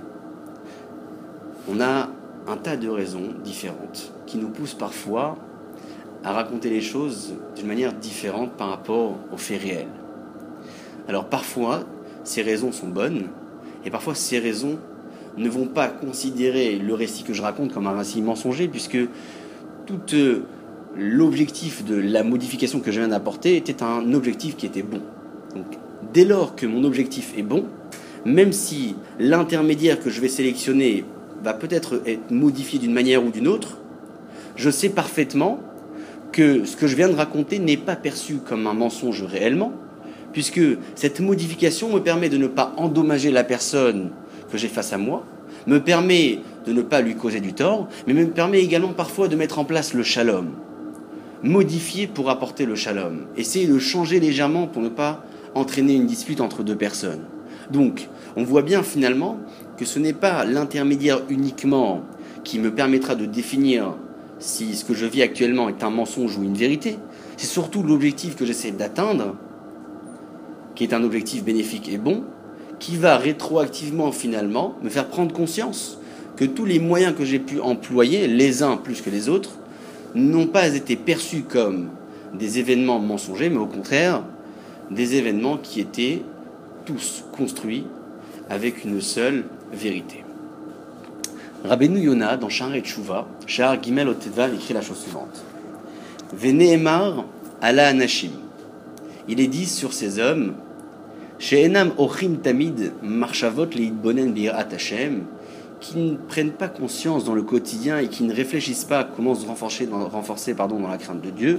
On a un tas de raisons différentes qui nous poussent parfois à raconter les choses d'une manière différente par rapport aux faits réels. Alors parfois, ces raisons sont bonnes, et parfois ces raisons ne vont pas considérer le récit que je raconte comme un récit mensonger, puisque tout l'objectif de la modification que je viens d'apporter était un objectif qui était bon. Donc, dès lors que mon objectif est bon, même si l'intermédiaire que je vais sélectionner va peut-être être modifié d'une manière ou d'une autre, je sais parfaitement que ce que je viens de raconter n'est pas perçu comme un mensonge réellement, puisque cette modification me permet de ne pas endommager la personne que j'ai face à moi, me permet de ne pas lui causer du tort, mais me permet également parfois de mettre en place le shalom. Modifier pour apporter le shalom. Essayer de changer légèrement pour ne pas entraîner une dispute entre deux personnes. Donc, on voit bien finalement que ce n'est pas l'intermédiaire uniquement qui me permettra de définir si ce que je vis actuellement est un mensonge ou une vérité. C'est surtout l'objectif que j'essaie d'atteindre, qui est un objectif bénéfique et bon, qui va rétroactivement finalement me faire prendre conscience que tous les moyens que j'ai pu employer, les uns plus que les autres, n'ont pas été perçus comme des événements mensongers, mais au contraire, des événements qui étaient tous construits avec une seule vérité. Rabbeinu Yona, dans Sha'ar Teshuvah, Sha'ar Gimel Otedva, écrit la chose suivante. Veneemar ala anashim. Il est dit sur ces hommes, She'enam ochim tamid marchavot leitbonen bi'at Hashem, qui ne prennent pas conscience dans le quotidien et qui ne réfléchissent pas à comment se renforcer dans la crainte de Dieu.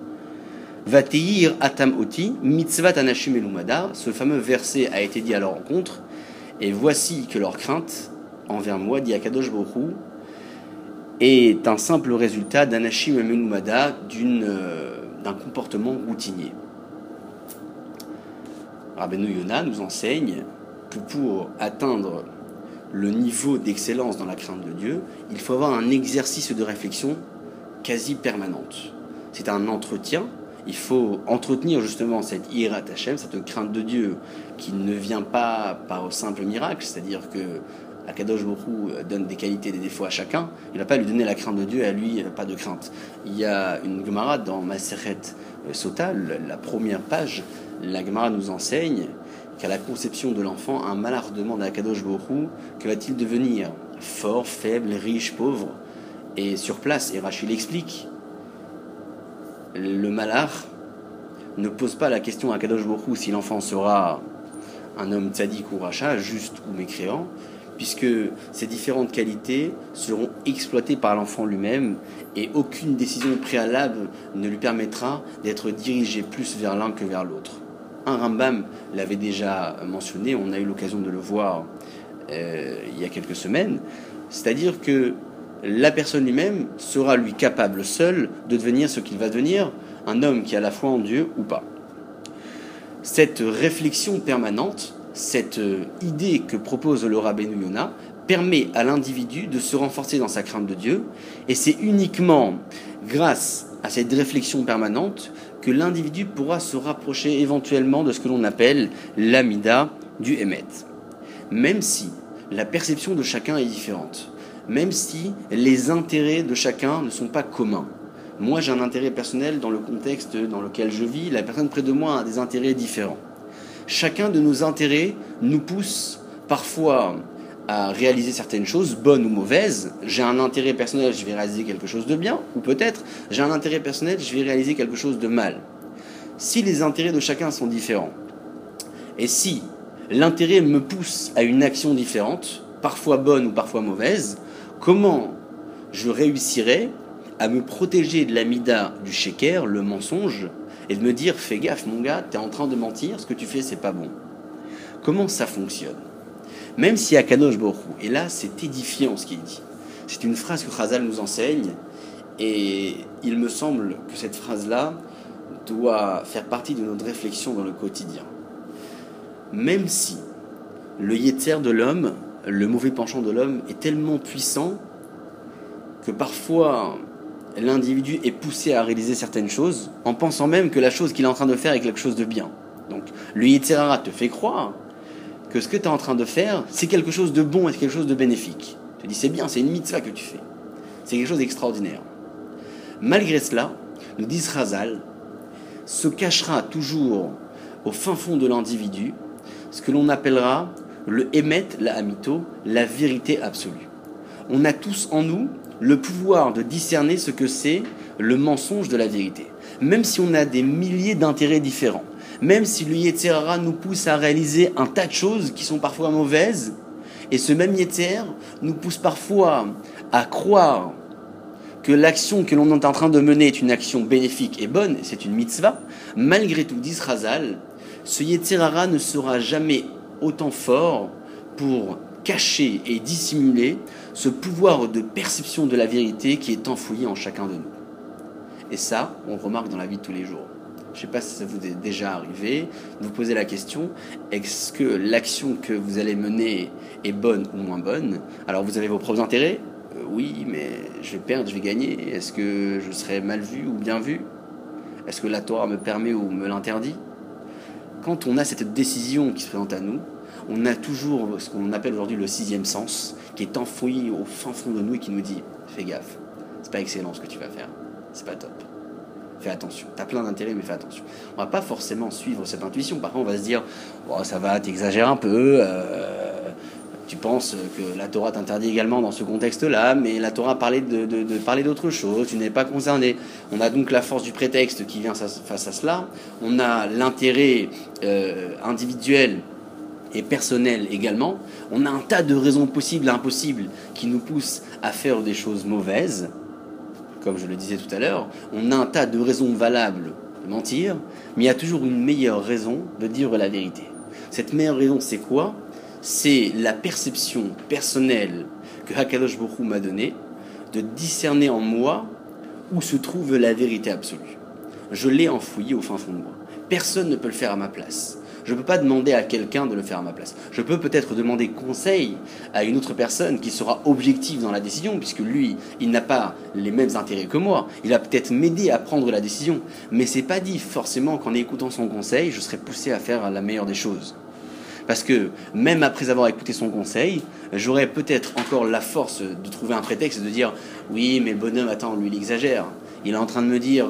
Vateir atam oti mitzvat anashim elumada. Ce fameux verset a été dit à leur rencontre. Et voici que leur crainte envers moi, dit Akadosh Baruch Hu, est un simple résultat d'anashim elumada, d'un comportement routinier. Rabbeinu Yona nous enseigne que pour atteindre le niveau d'excellence dans la crainte de Dieu, il faut avoir un exercice de réflexion quasi permanente. C'est un entretien. Il faut entretenir justement cette Yirat Hashem, cette crainte de Dieu qui ne vient pas par simple miracle, c'est-à-dire que Akadosh Baruch Hu donne des qualités et des défauts à chacun. Il ne va pas lui donner la crainte de Dieu et à lui pas de crainte. Il y a une Gemara dans Masechet Sota, la première page, la Gemara nous enseigne qu'à la conception de l'enfant, un malach demande à Akadosh Baruch Hu que va-t-il devenir, fort, faible, riche, pauvre. Et sur place, et Rachid l'explique, le malach ne pose pas la question à Akadosh Baruch Hu si l'enfant sera un homme tzaddik ou racha, juste ou mécréant, puisque ces différentes qualités seront exploitées par l'enfant lui-même et aucune décision préalable ne lui permettra d'être dirigé plus vers l'un que vers l'autre. Un Rambam l'avait déjà mentionné, on a eu l'occasion de le voir il y a quelques semaines, c'est-à-dire que la personne lui-même sera lui capable seul de devenir ce qu'il va devenir, un homme qui a la foi en Dieu ou pas. Cette réflexion permanente, cette idée que propose le Rabbeinu Yona, permet à l'individu de se renforcer dans sa crainte de Dieu, et c'est uniquement grâce à cette réflexion permanente que l'individu pourra se rapprocher éventuellement de ce que l'on appelle l'amida du Emet. Même si la perception de chacun est différente, même si les intérêts de chacun ne sont pas communs. Moi, j'ai un intérêt personnel dans le contexte dans lequel je vis, la personne près de moi a des intérêts différents. Chacun de nos intérêts nous pousse parfois à réaliser certaines choses, bonnes ou mauvaises. J'ai un intérêt personnel, je vais réaliser quelque chose de bien, ou peut-être j'ai un intérêt personnel, je vais réaliser quelque chose de mal. Si les intérêts de chacun sont différents, et si l'intérêt me pousse à une action différente, parfois bonne ou parfois mauvaise, comment je réussirai à me protéger de l'amida du sheker, le mensonge, et de me dire, fais gaffe mon gars, t'es en train de mentir, ce que tu fais c'est pas bon. Comment ça fonctionne? Même si Akadosh Baruch Hu, et là c'est édifiant ce qu'il dit, c'est une phrase que Chazal nous enseigne, et il me semble que cette phrase-là doit faire partie de notre réflexion dans le quotidien. Même si le yetzer de l'homme, le mauvais penchant de l'homme, est tellement puissant que parfois l'individu est poussé à réaliser certaines choses en pensant même que la chose qu'il est en train de faire est quelque chose de bien. Donc le yetzer hara te fait croire que ce que tu es en train de faire, c'est quelque chose de bon et quelque chose de bénéfique. Tu te dis c'est bien, c'est une mitzvah que tu fais. C'est quelque chose d'extraordinaire. Malgré cela, nous dit Chazal, se cachera toujours au fin fond de l'individu ce que l'on appellera le Emet, la Amito, la vérité absolue. On a tous en nous le pouvoir de discerner ce que c'est le mensonge de la vérité. Même si on a des milliers d'intérêts différents, même si le Yetzer Hara nous pousse à réaliser un tas de choses qui sont parfois mauvaises, et ce même Yetzer nous pousse parfois à croire que l'action que l'on est en train de mener est une action bénéfique et bonne, c'est une mitzvah, malgré tout, dit Chazal, ce Yetzer Hara ne sera jamais autant fort pour cacher et dissimuler ce pouvoir de perception de la vérité qui est enfoui en chacun de nous. Et ça, on remarque dans la vie de tous les jours. Je ne sais pas si ça vous est déjà arrivé, de vous poser la question, est-ce que l'action que vous allez mener est bonne ou moins bonne? Alors vous avez vos propres intérêts, oui, mais je vais perdre, je vais gagner. Est-ce que je serai mal vu ou bien vu? Est-ce que la Torah me permet ou me l'interdit? Quand on a cette décision qui se présente à nous, on a toujours ce qu'on appelle aujourd'hui le sixième sens, qui est enfoui au fin fond de nous et qui nous dit « Fais gaffe, c'est pas excellent ce que tu vas faire, c'est pas top. Fais attention, t'as plein d'intérêts mais fais attention. » On va pas forcément suivre cette intuition, par contre on va se dire oh, « Ça va, t'exagères un peu, tu penses que la Torah t'interdit également dans ce contexte-là, mais la Torah parlait de parler d'autre chose, tu n'es pas concerné. » On a donc la force du prétexte qui vient face à cela, on a l'intérêt individuel et personnel également, on a un tas de raisons possibles et impossibles qui nous poussent à faire des choses mauvaises, comme je le disais tout à l'heure, on a un tas de raisons valables de mentir, mais il y a toujours une meilleure raison de dire la vérité. Cette meilleure raison, c'est quoi? C'est la perception personnelle que Hakadosh Baruch Hu m'a donnée de discerner en moi où se trouve la vérité absolue. Je l'ai enfouie au fin fond de moi. Personne ne peut le faire à ma place. Je ne peux pas demander à quelqu'un de le faire à ma place. Je peux peut-être demander conseil à une autre personne qui sera objective dans la décision, puisque lui, il n'a pas les mêmes intérêts que moi. Il va peut-être m'aider à prendre la décision. Mais c'est pas dit forcément qu'en écoutant son conseil, je serai poussé à faire la meilleure des choses. Parce que même après avoir écouté son conseil, j'aurais peut-être encore la force de trouver un prétexte de dire « Oui, mais le bonhomme, attends, lui, il exagère. Il est en train de me dire...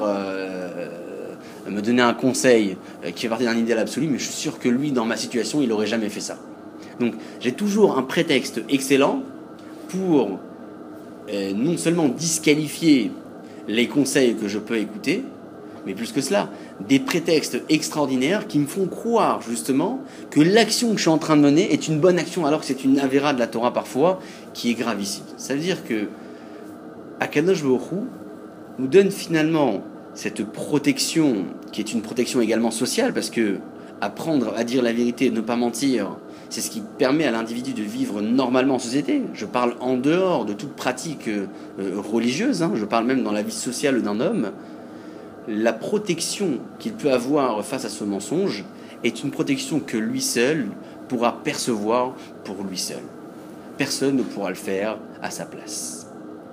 me donner un conseil qui fait partie d'un idéal absolu, mais je suis sûr que lui, dans ma situation, il n'aurait jamais fait ça. » Donc, j'ai toujours un prétexte excellent pour non seulement disqualifier les conseils que je peux écouter, mais plus que cela, des prétextes extraordinaires qui me font croire justement que l'action que je suis en train de mener est une bonne action, alors que c'est une avéra de la Torah parfois qui est gravissime. Ça veut dire que Akadosh Baruch Hu nous donne finalement cette protection, qui est une protection également sociale, parce que apprendre à dire la vérité, ne pas mentir, c'est ce qui permet à l'individu de vivre normalement en société. Je parle en dehors de toute pratique religieuse, hein, je parle même dans la vie sociale d'un homme. La protection qu'il peut avoir face à ce mensonge est une protection que lui seul pourra percevoir pour lui seul. Personne ne pourra le faire à sa place.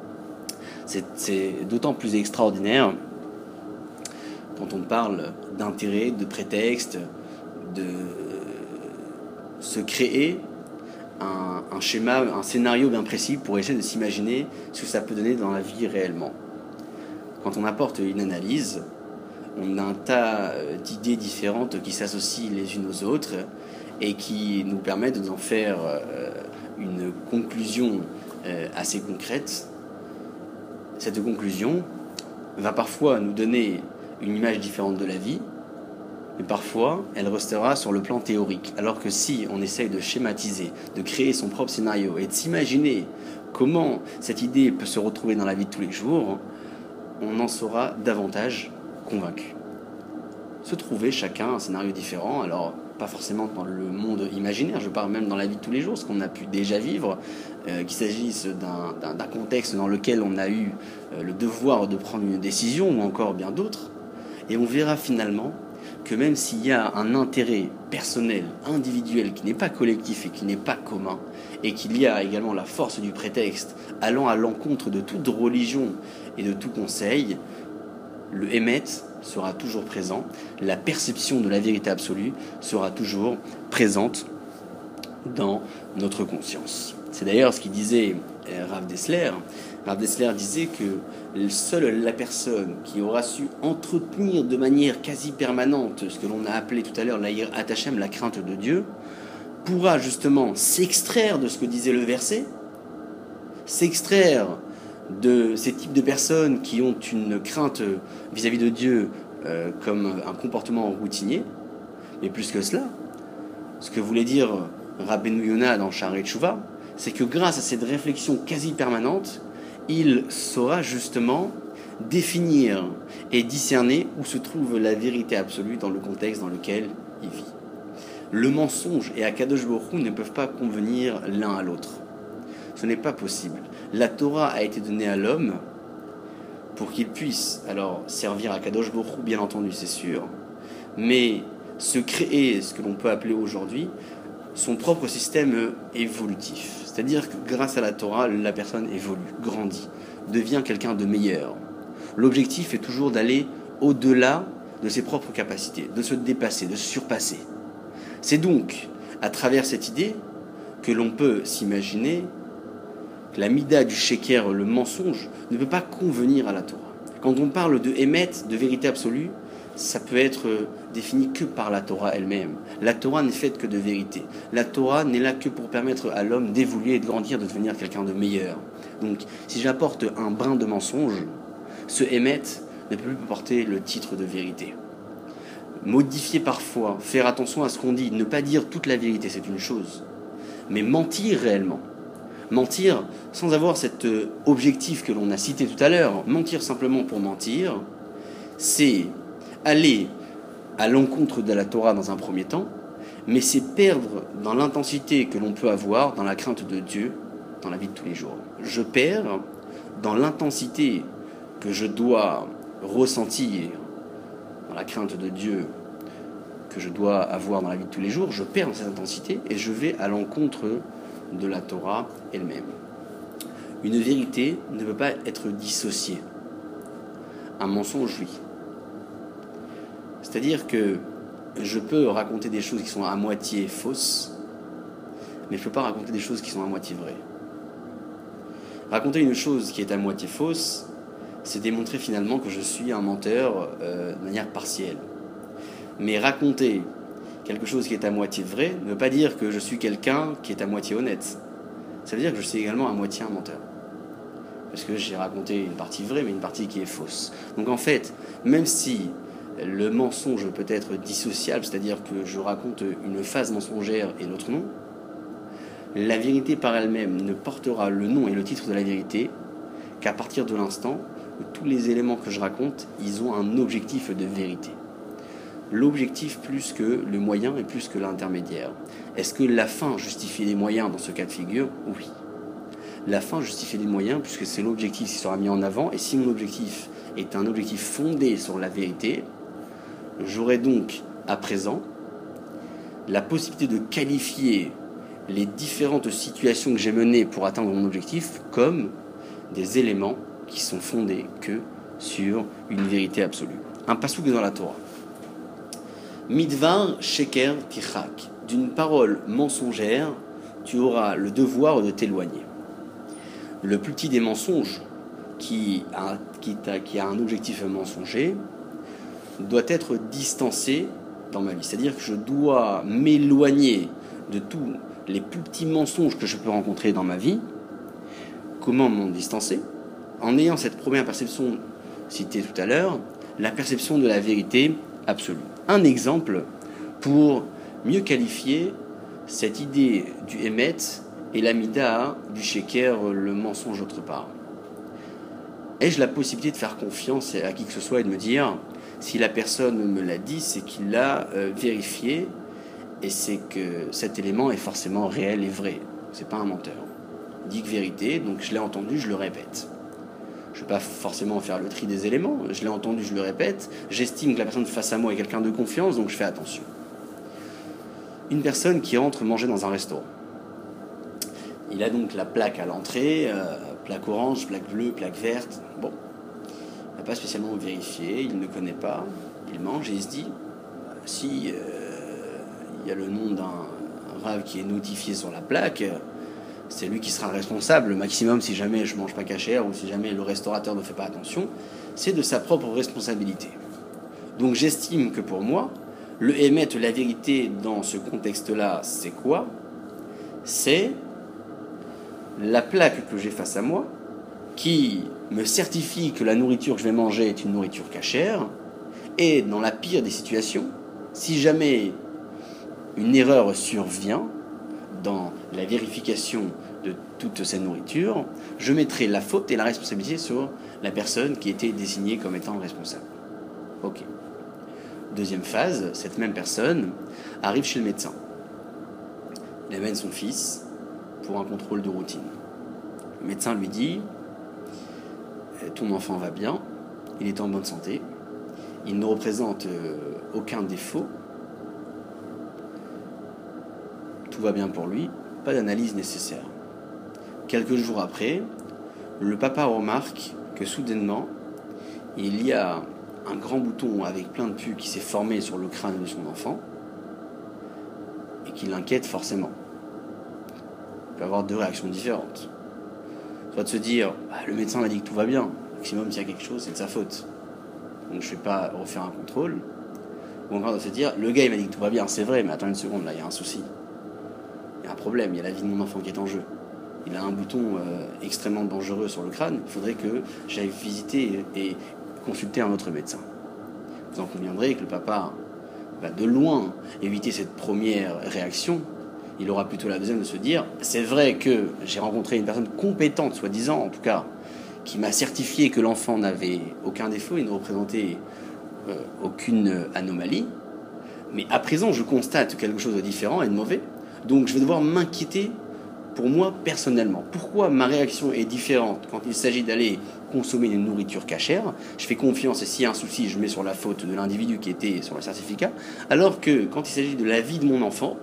C'est d'autant plus extraordinaire quand on parle d'intérêt, de prétexte, de se créer un schéma, un scénario bien précis pour essayer de s'imaginer ce que ça peut donner dans la vie réellement. Quand on apporte une analyse, on a un tas d'idées différentes qui s'associent les unes aux autres et qui nous permettent d'en faire une conclusion assez concrète. Cette conclusion va parfois nous donner une image différente de la vie, mais parfois elle restera sur le plan théorique. Alors que si on essaye de schématiser, de créer son propre scénario et de s'imaginer comment cette idée peut se retrouver dans la vie de tous les jours, on en sera davantage convaincu. Se trouver chacun un scénario différent, alors pas forcément dans le monde imaginaire, je parle même dans la vie de tous les jours, ce qu'on a pu déjà vivre, qu'il s'agisse d'un contexte dans lequel on a eu le devoir de prendre une décision ou encore bien d'autres, et on verra finalement que même s'il y a un intérêt personnel, individuel, qui n'est pas collectif et qui n'est pas commun, et qu'il y a également la force du prétexte allant à l'encontre de toute religion et de tout conseil, le émet sera toujours présent, la perception de la vérité absolue sera toujours présente dans notre conscience. C'est d'ailleurs ce qu'il disait Rav Dessler. Rav Dessler disait que seule la personne qui aura su entretenir de manière quasi permanente ce que l'on a appelé tout à l'heure l'Aïr Atachem, la crainte de Dieu, pourra justement s'extraire de ce que disait le verset, s'extraire de ces types de personnes qui ont une crainte vis-à-vis de Dieu comme un comportement routinier, mais plus que cela, ce que voulait dire Rabbeinu Yonah dans Sha'arei Teshuvah, c'est que grâce à cette réflexion quasi permanente, il saura justement définir et discerner où se trouve la vérité absolue dans le contexte dans lequel il vit. Le mensonge et Akadosh Baruch Hu ne peuvent pas convenir l'un à l'autre. Ce n'est pas possible. La Torah a été donnée à l'homme pour qu'il puisse alors servir Akadosh Baruch Hu, bien entendu, c'est sûr, mais se créer ce que l'on peut appeler aujourd'hui son propre système évolutif. C'est-à-dire que grâce à la Torah, la personne évolue, grandit, devient quelqu'un de meilleur. L'objectif est toujours d'aller au-delà de ses propres capacités, de se dépasser, de se surpasser. C'est donc à travers cette idée que l'on peut s'imaginer que la mida du sheker, le mensonge, ne peut pas convenir à la Torah. Quand on parle de émet, de vérité absolue, ça peut être défini que par la Torah elle-même. La Torah n'est faite que de vérité. La Torah n'est là que pour permettre à l'homme d'évoluer et de grandir, de devenir quelqu'un de meilleur. Donc, si j'apporte un brin de mensonge, ce émet ne peut plus porter le titre de vérité. Modifier parfois, faire attention à ce qu'on dit, ne pas dire toute la vérité, c'est une chose. Mais mentir réellement. Mentir sans avoir cet objectif que l'on a cité tout à l'heure, mentir simplement pour mentir, c'est aller à l'encontre de la Torah dans un premier temps, mais c'est perdre dans l'intensité que l'on peut avoir dans la crainte de Dieu dans la vie de tous les jours. Je perds dans l'intensité que je dois ressentir dans la crainte de Dieu que je dois avoir dans la vie de tous les jours, je perds dans cette intensité et je vais à l'encontre de la Torah elle-même. Une vérité ne peut pas être dissociée. Un mensonge, oui. C'est-à-dire que je peux raconter des choses qui sont à moitié fausses, mais je ne peux pas raconter des choses qui sont à moitié vraies. Raconter une chose qui est à moitié fausse, c'est démontrer finalement que je suis un menteur de manière partielle. Mais raconter quelque chose qui est à moitié vrai ne veut pas dire que je suis quelqu'un qui est à moitié honnête. Ça veut dire que je suis également à moitié un menteur. Parce que j'ai raconté une partie vraie, mais une partie qui est fausse. Donc en fait, même si le mensonge peut être dissociable, c'est-à-dire que je raconte une phase mensongère et l'autre non, la vérité par elle-même ne portera le nom et le titre de la vérité qu'à partir de l'instant où tous les éléments que je raconte, ils ont un objectif de vérité. L'objectif plus que le moyen et plus que l'intermédiaire. Est-ce que la fin justifie les moyens dans ce cas de figure ? Oui. La fin justifie les moyens puisque c'est l'objectif qui sera mis en avant, et si mon objectif est un objectif fondé sur la vérité, j'aurai donc à présent la possibilité de qualifier les différentes situations que j'ai menées pour atteindre mon objectif comme des éléments qui sont fondés que sur une vérité absolue. Un passouk dans la Torah. Midvar sheker tichak. D'une parole mensongère, tu auras le devoir de t'éloigner. Le plus petit des mensonges qui a un objectif mensonger doit être distancé dans ma vie. C'est-à-dire que je dois m'éloigner de tous les plus petits mensonges que je peux rencontrer dans ma vie. Comment m'en distancer ? En ayant cette première perception citée tout à l'heure, la perception de la vérité absolue. Un exemple pour mieux qualifier cette idée du émet et l'amida du sheker, le mensonge autre part. Ai-je la possibilité de faire confiance à qui que ce soit et de me dire, si la personne me l'a dit, c'est qu'il l'a vérifié et c'est que cet élément est forcément réel et vrai. C'est pas un menteur. Il dit que vérité, donc je l'ai entendu, je le répète. Je ne vais pas forcément faire le tri des éléments. Je l'ai entendu, je le répète. J'estime que la personne face à moi est quelqu'un de confiance, donc je fais attention. Une personne qui entre manger dans un restaurant. Il a donc la plaque à l'entrée, plaque orange, plaque bleue, plaque verte. Bon, il n'a pas spécialement vérifié, il ne connaît pas. Il mange et il se dit, si il y a le nom d'un rave qui est notifié sur la plaque, c'est lui qui sera responsable, le maximum, si jamais je ne mange pas cachère ou si jamais le restaurateur ne fait pas attention, c'est de sa propre responsabilité. Donc j'estime que pour moi, le émettre la vérité dans ce contexte-là, c'est quoi? C'est la plaque que j'ai face à moi qui me certifie que la nourriture que je vais manger est une nourriture cachère, et dans la pire des situations, si jamais une erreur survient dans la vérification de toute cette nourriture, je mettrai la faute et la responsabilité sur la personne qui était désignée comme étant responsable. Ok. Deuxième phase, cette même personne arrive chez le médecin. Il amène son fils pour un contrôle de routine. Le médecin lui dit « Ton enfant va bien, il est en bonne santé, il ne représente aucun défaut, tout va bien pour lui, pas d'analyse nécessaire. » Quelques jours après, le papa remarque que soudainement, il y a un grand bouton avec plein de pus qui s'est formé sur le crâne de son enfant et qui l'inquiète forcément. Il peut avoir deux réactions différentes. Soit de se dire, le médecin m'a dit que tout va bien, maximum s'il y a quelque chose, c'est de sa faute. Donc je ne vais pas refaire un contrôle. Ou encore de se dire, le gars il m'a dit que tout va bien, c'est vrai, mais attends une seconde, là il y a un souci. Il y a un problème, il y a la vie de mon enfant qui est en jeu. Il a un bouton extrêmement dangereux sur le crâne, il faudrait que j'aille visiter et consulter un autre médecin. Vous en conviendrez que le papa va de loin éviter cette première réaction. Il aura plutôt la deuxième de se dire, c'est vrai que j'ai rencontré une personne compétente, soi-disant en tout cas, qui m'a certifié que l'enfant n'avait aucun défaut, il ne représentait aucune anomalie, mais à présent je constate quelque chose de différent et de mauvais, donc je vais devoir m'inquiéter pour moi personnellement. Pourquoi ma réaction est différente quand il s'agit d'aller consommer une nourriture cachère? Je fais confiance et s'il y a un souci, je mets sur la faute de l'individu qui était sur le certificat, alors que quand il s'agit de la vie de mon enfant,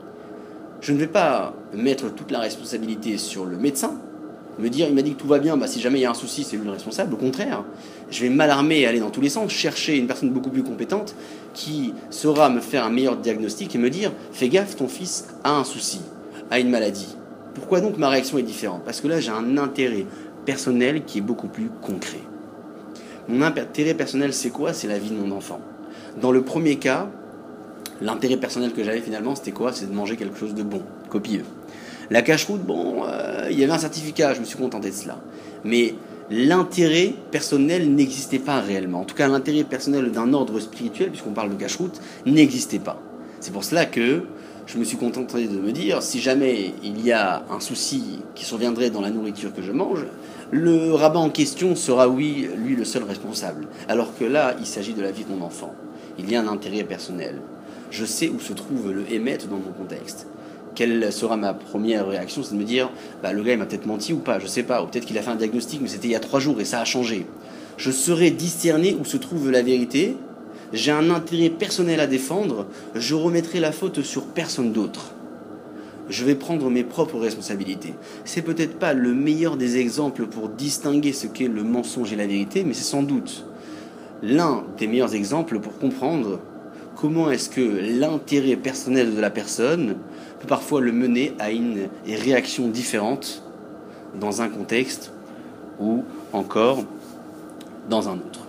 je ne vais pas mettre toute la responsabilité sur le médecin, me dire il m'a dit que tout va bien, si jamais il y a un souci, c'est lui le responsable. Au contraire, je vais m'alarmer et aller dans tous les sens, chercher une personne beaucoup plus compétente qui saura me faire un meilleur diagnostic et me dire fais gaffe, ton fils a un souci, a une maladie. Pourquoi donc ma réaction est différente? Parce que là, j'ai un intérêt personnel qui est beaucoup plus concret. Mon intérêt personnel, c'est quoi? C'est la vie de mon enfant. Dans le premier cas, l'intérêt personnel que j'avais finalement, c'était quoi? C'est de manger quelque chose de bon, copieux. La cache-route, il y avait un certificat, je me suis contenté de cela. Mais l'intérêt personnel n'existait pas réellement. En tout cas, l'intérêt personnel d'un ordre spirituel, puisqu'on parle de cache-route, n'existait pas. C'est pour cela que je me suis contenté de me dire, si jamais il y a un souci qui surviendrait dans la nourriture que je mange, le rabbin en question sera, oui, lui le seul responsable. Alors que là, il s'agit de la vie de mon enfant. Il y a un intérêt personnel. Je sais où se trouve le émet dans mon contexte. Quelle sera ma première réaction? C'est de me dire, le gars il m'a peut-être menti ou pas, je sais pas. Ou peut-être qu'il a fait un diagnostic, mais c'était il y a 3 jours et ça a changé. Je saurai discerner où se trouve la vérité. J'ai un intérêt personnel à défendre, je remettrai la faute sur personne d'autre. Je vais prendre mes propres responsabilités. C'est peut-être pas le meilleur des exemples pour distinguer ce qu'est le mensonge et la vérité, mais c'est sans doute l'un des meilleurs exemples pour comprendre comment est-ce que l'intérêt personnel de la personne peut parfois le mener à une réaction différente dans un contexte ou encore dans un autre.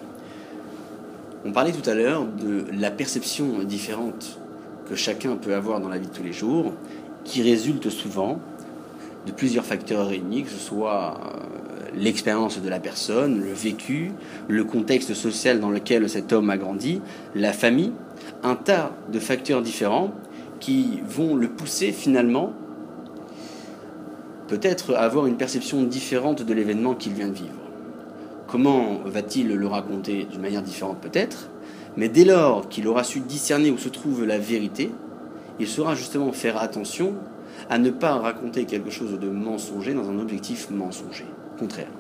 On parlait tout à l'heure de la perception différente que chacun peut avoir dans la vie de tous les jours, qui résulte souvent de plusieurs facteurs réunis, que ce soit l'expérience de la personne, le vécu, le contexte social dans lequel cet homme a grandi, la famille, un tas de facteurs différents qui vont le pousser finalement peut-être à avoir une perception différente de l'événement qu'il vient de vivre. Comment va-t-il le raconter d'une manière différente peut-être, mais dès lors qu'il aura su discerner où se trouve la vérité, il saura justement faire attention à ne pas raconter quelque chose de mensonger dans un objectif mensonger. Au contraire,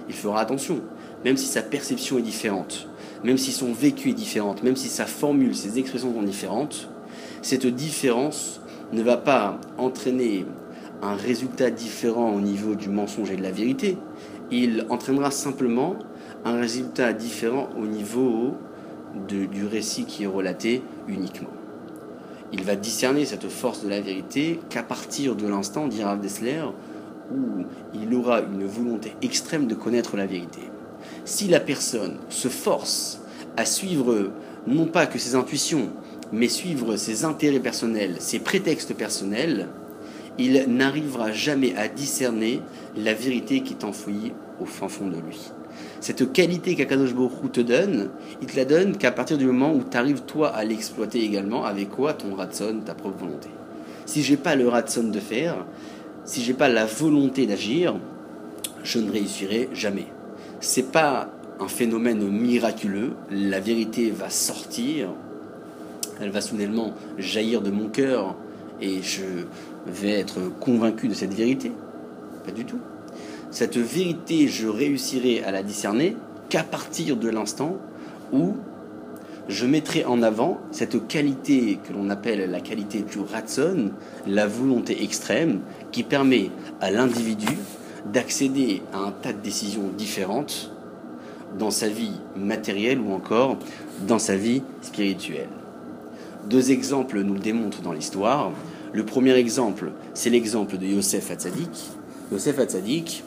il fera attention. Même si sa perception est différente, même si son vécu est différent, même si sa formule, ses expressions sont différentes, cette différence ne va pas entraîner un résultat différent au niveau du mensonge et de la vérité. Il entraînera simplement un résultat différent au niveau du récit qui est relaté uniquement. Il va discerner cette force de la vérité qu'à partir de l'instant, dit Rav Dessler, où il aura une volonté extrême de connaître la vérité. Si la personne se force à suivre non pas que ses intuitions, mais suivre ses intérêts personnels, ses prétextes personnels, il n'arrivera jamais à discerner la vérité qui est enfouie au fin fond de lui. Cette qualité qu'Akadosh Baruch Hu te donne, il te la donne qu'à partir du moment où tu arrives toi à l'exploiter également, avec quoi? Ton ratson, ta propre volonté. Si j'ai pas le ratson de faire, si j'ai pas la volonté d'agir, je ne réussirai jamais. C'est pas un phénomène miraculeux, la vérité va sortir, elle va soudainement jaillir de mon cœur et je vais être convaincu de cette vérité. Pas du tout. Cette vérité, je réussirai à la discerner qu'à partir de l'instant où je mettrai en avant cette qualité que l'on appelle la qualité du ratson, la volonté extrême, qui permet à l'individu d'accéder à un tas de décisions différentes dans sa vie matérielle ou encore dans sa vie spirituelle. 2 exemples nous le démontrent dans l'histoire. Le premier exemple, c'est l'exemple de Yosef Hatzadik. Yosef Hatzadik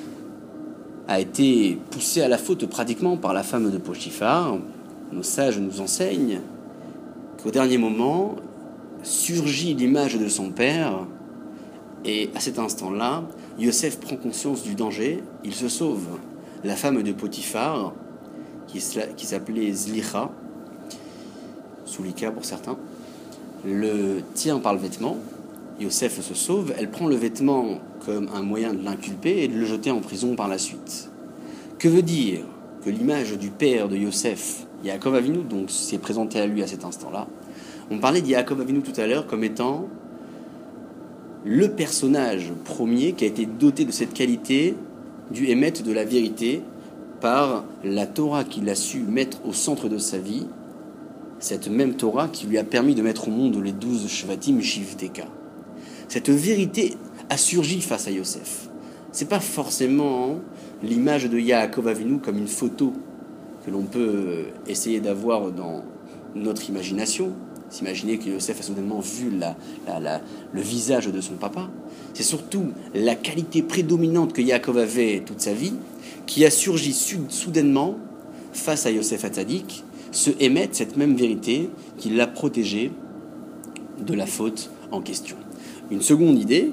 a été poussé à la faute pratiquement par la femme de Potiphar. Nos sages nous enseignent qu'au dernier moment surgit l'image de son père et à cet instant-là, Yosef prend conscience du danger, il se sauve. La femme de Potiphar, qui s'appelait Zlicha, Soulika pour certains, le tient par le vêtement. Yosef se sauve, elle prend le vêtement comme un moyen de l'inculper et de le jeter en prison par la suite. Que veut dire que l'image du père de Yosef, Yaakov Avinu, donc s'est présentée à lui à cet instant-là? On parlait de Yaakov Avinu tout à l'heure comme étant le personnage premier qui a été doté de cette qualité du émet de la vérité par la Torah qu'il a su mettre au centre de sa vie, cette même Torah qui lui a permis de mettre au monde les 12 Shvatim Shivteka. Cette vérité a surgi face à Yosef. C'est pas forcément l'image de Yaakov Avinu comme une photo que l'on peut essayer d'avoir dans notre imagination. S'imaginer que Yosef a soudainement vu le visage de son papa. C'est surtout la qualité prédominante que Yaakov avait toute sa vie qui a surgi soudainement face à Yosef Hatzadik, se émettre cette même vérité qui l'a protégé de la faute en question. Une seconde idée,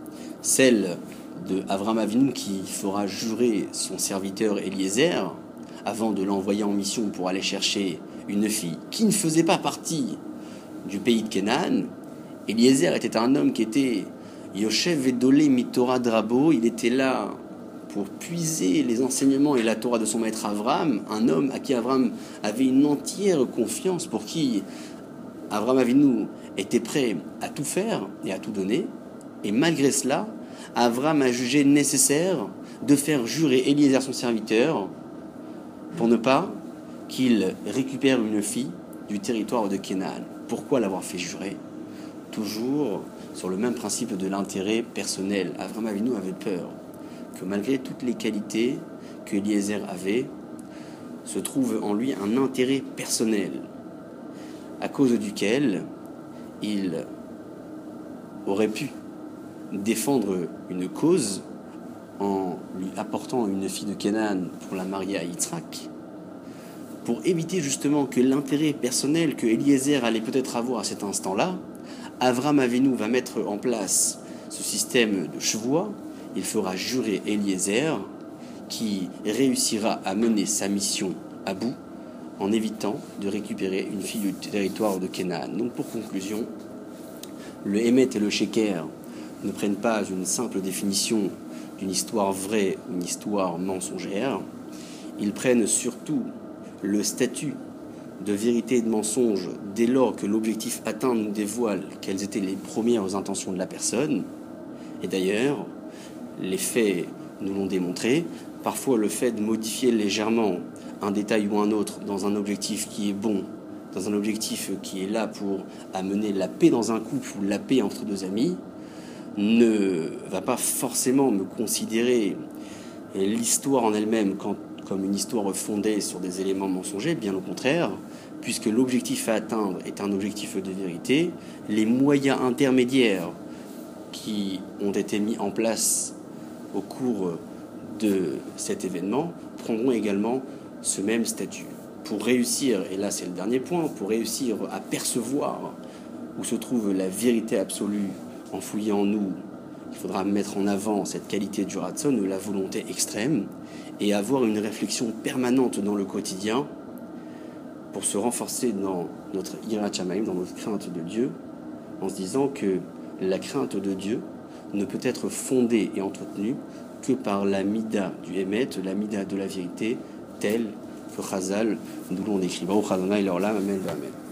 celle de Avraham Avinu qui fera jurer son serviteur Eliezer avant de l'envoyer en mission pour aller chercher une fille qui ne faisait pas partie du pays de Canaan. Eliezer était un homme qui était Yoshev Vedolé Mitora Drabo, il était là pour puiser les enseignements et la Torah de son maître Avraham, un homme à qui Avraham avait une entière confiance, pour qui Avraham Avinu était prêt à tout faire et à tout donner. Et malgré cela, Avraham a jugé nécessaire de faire jurer Eliezer son serviteur pour ne pas qu'il récupère une fille du territoire de Canaan. Pourquoi l'avoir fait jurer? Toujours sur le même principe de l'intérêt personnel. Avraham Avinu avait peur que malgré toutes les qualités que Eliezer avait, se trouve en lui un intérêt personnel à cause duquel il aurait pu défendre une cause en lui apportant une fille de Canaan pour la marier à Yitzhak, pour éviter justement que l'intérêt personnel que Eliezer allait peut-être avoir à cet instant-là. Avraham Avinu va mettre en place ce système de chevois. Il fera jurer Eliezer qui réussira à mener sa mission à bout en évitant de récupérer une fille du territoire de Canaan. Donc pour conclusion, le Hémet et le Sheker ne prennent pas une simple définition d'une histoire vraie ou une histoire mensongère. Ils prennent surtout le statut de vérité et de mensonge dès lors que l'objectif atteint nous dévoile quelles étaient les premières intentions de la personne. Et d'ailleurs, les faits nous l'ont démontré. parfois le fait de modifier légèrement un détail ou un autre dans un objectif qui est bon, dans un objectif qui est là pour amener la paix dans un couple ou la paix entre deux amis, ne va pas forcément me considérer l'histoire en elle-même comme une histoire fondée sur des éléments mensongers, bien au contraire, puisque l'objectif à atteindre est un objectif de vérité, les moyens intermédiaires qui ont été mis en place au cours de cet événement prendront également ce même statut. Pour réussir, et là c'est le dernier point, pour réussir à percevoir où se trouve la vérité absolue enfouie en nous, il faudra mettre en avant cette qualité du ratson, de la volonté extrême, et avoir une réflexion permanente dans le quotidien pour se renforcer dans notre hirat shamayim, dans notre crainte de Dieu, en se disant que la crainte de Dieu ne peut être fondée et entretenue que par la mida du Emet, la mida de la vérité, telle que Chazal nous l'ont décrit. Baruch Adonai l'olam, amen, amen.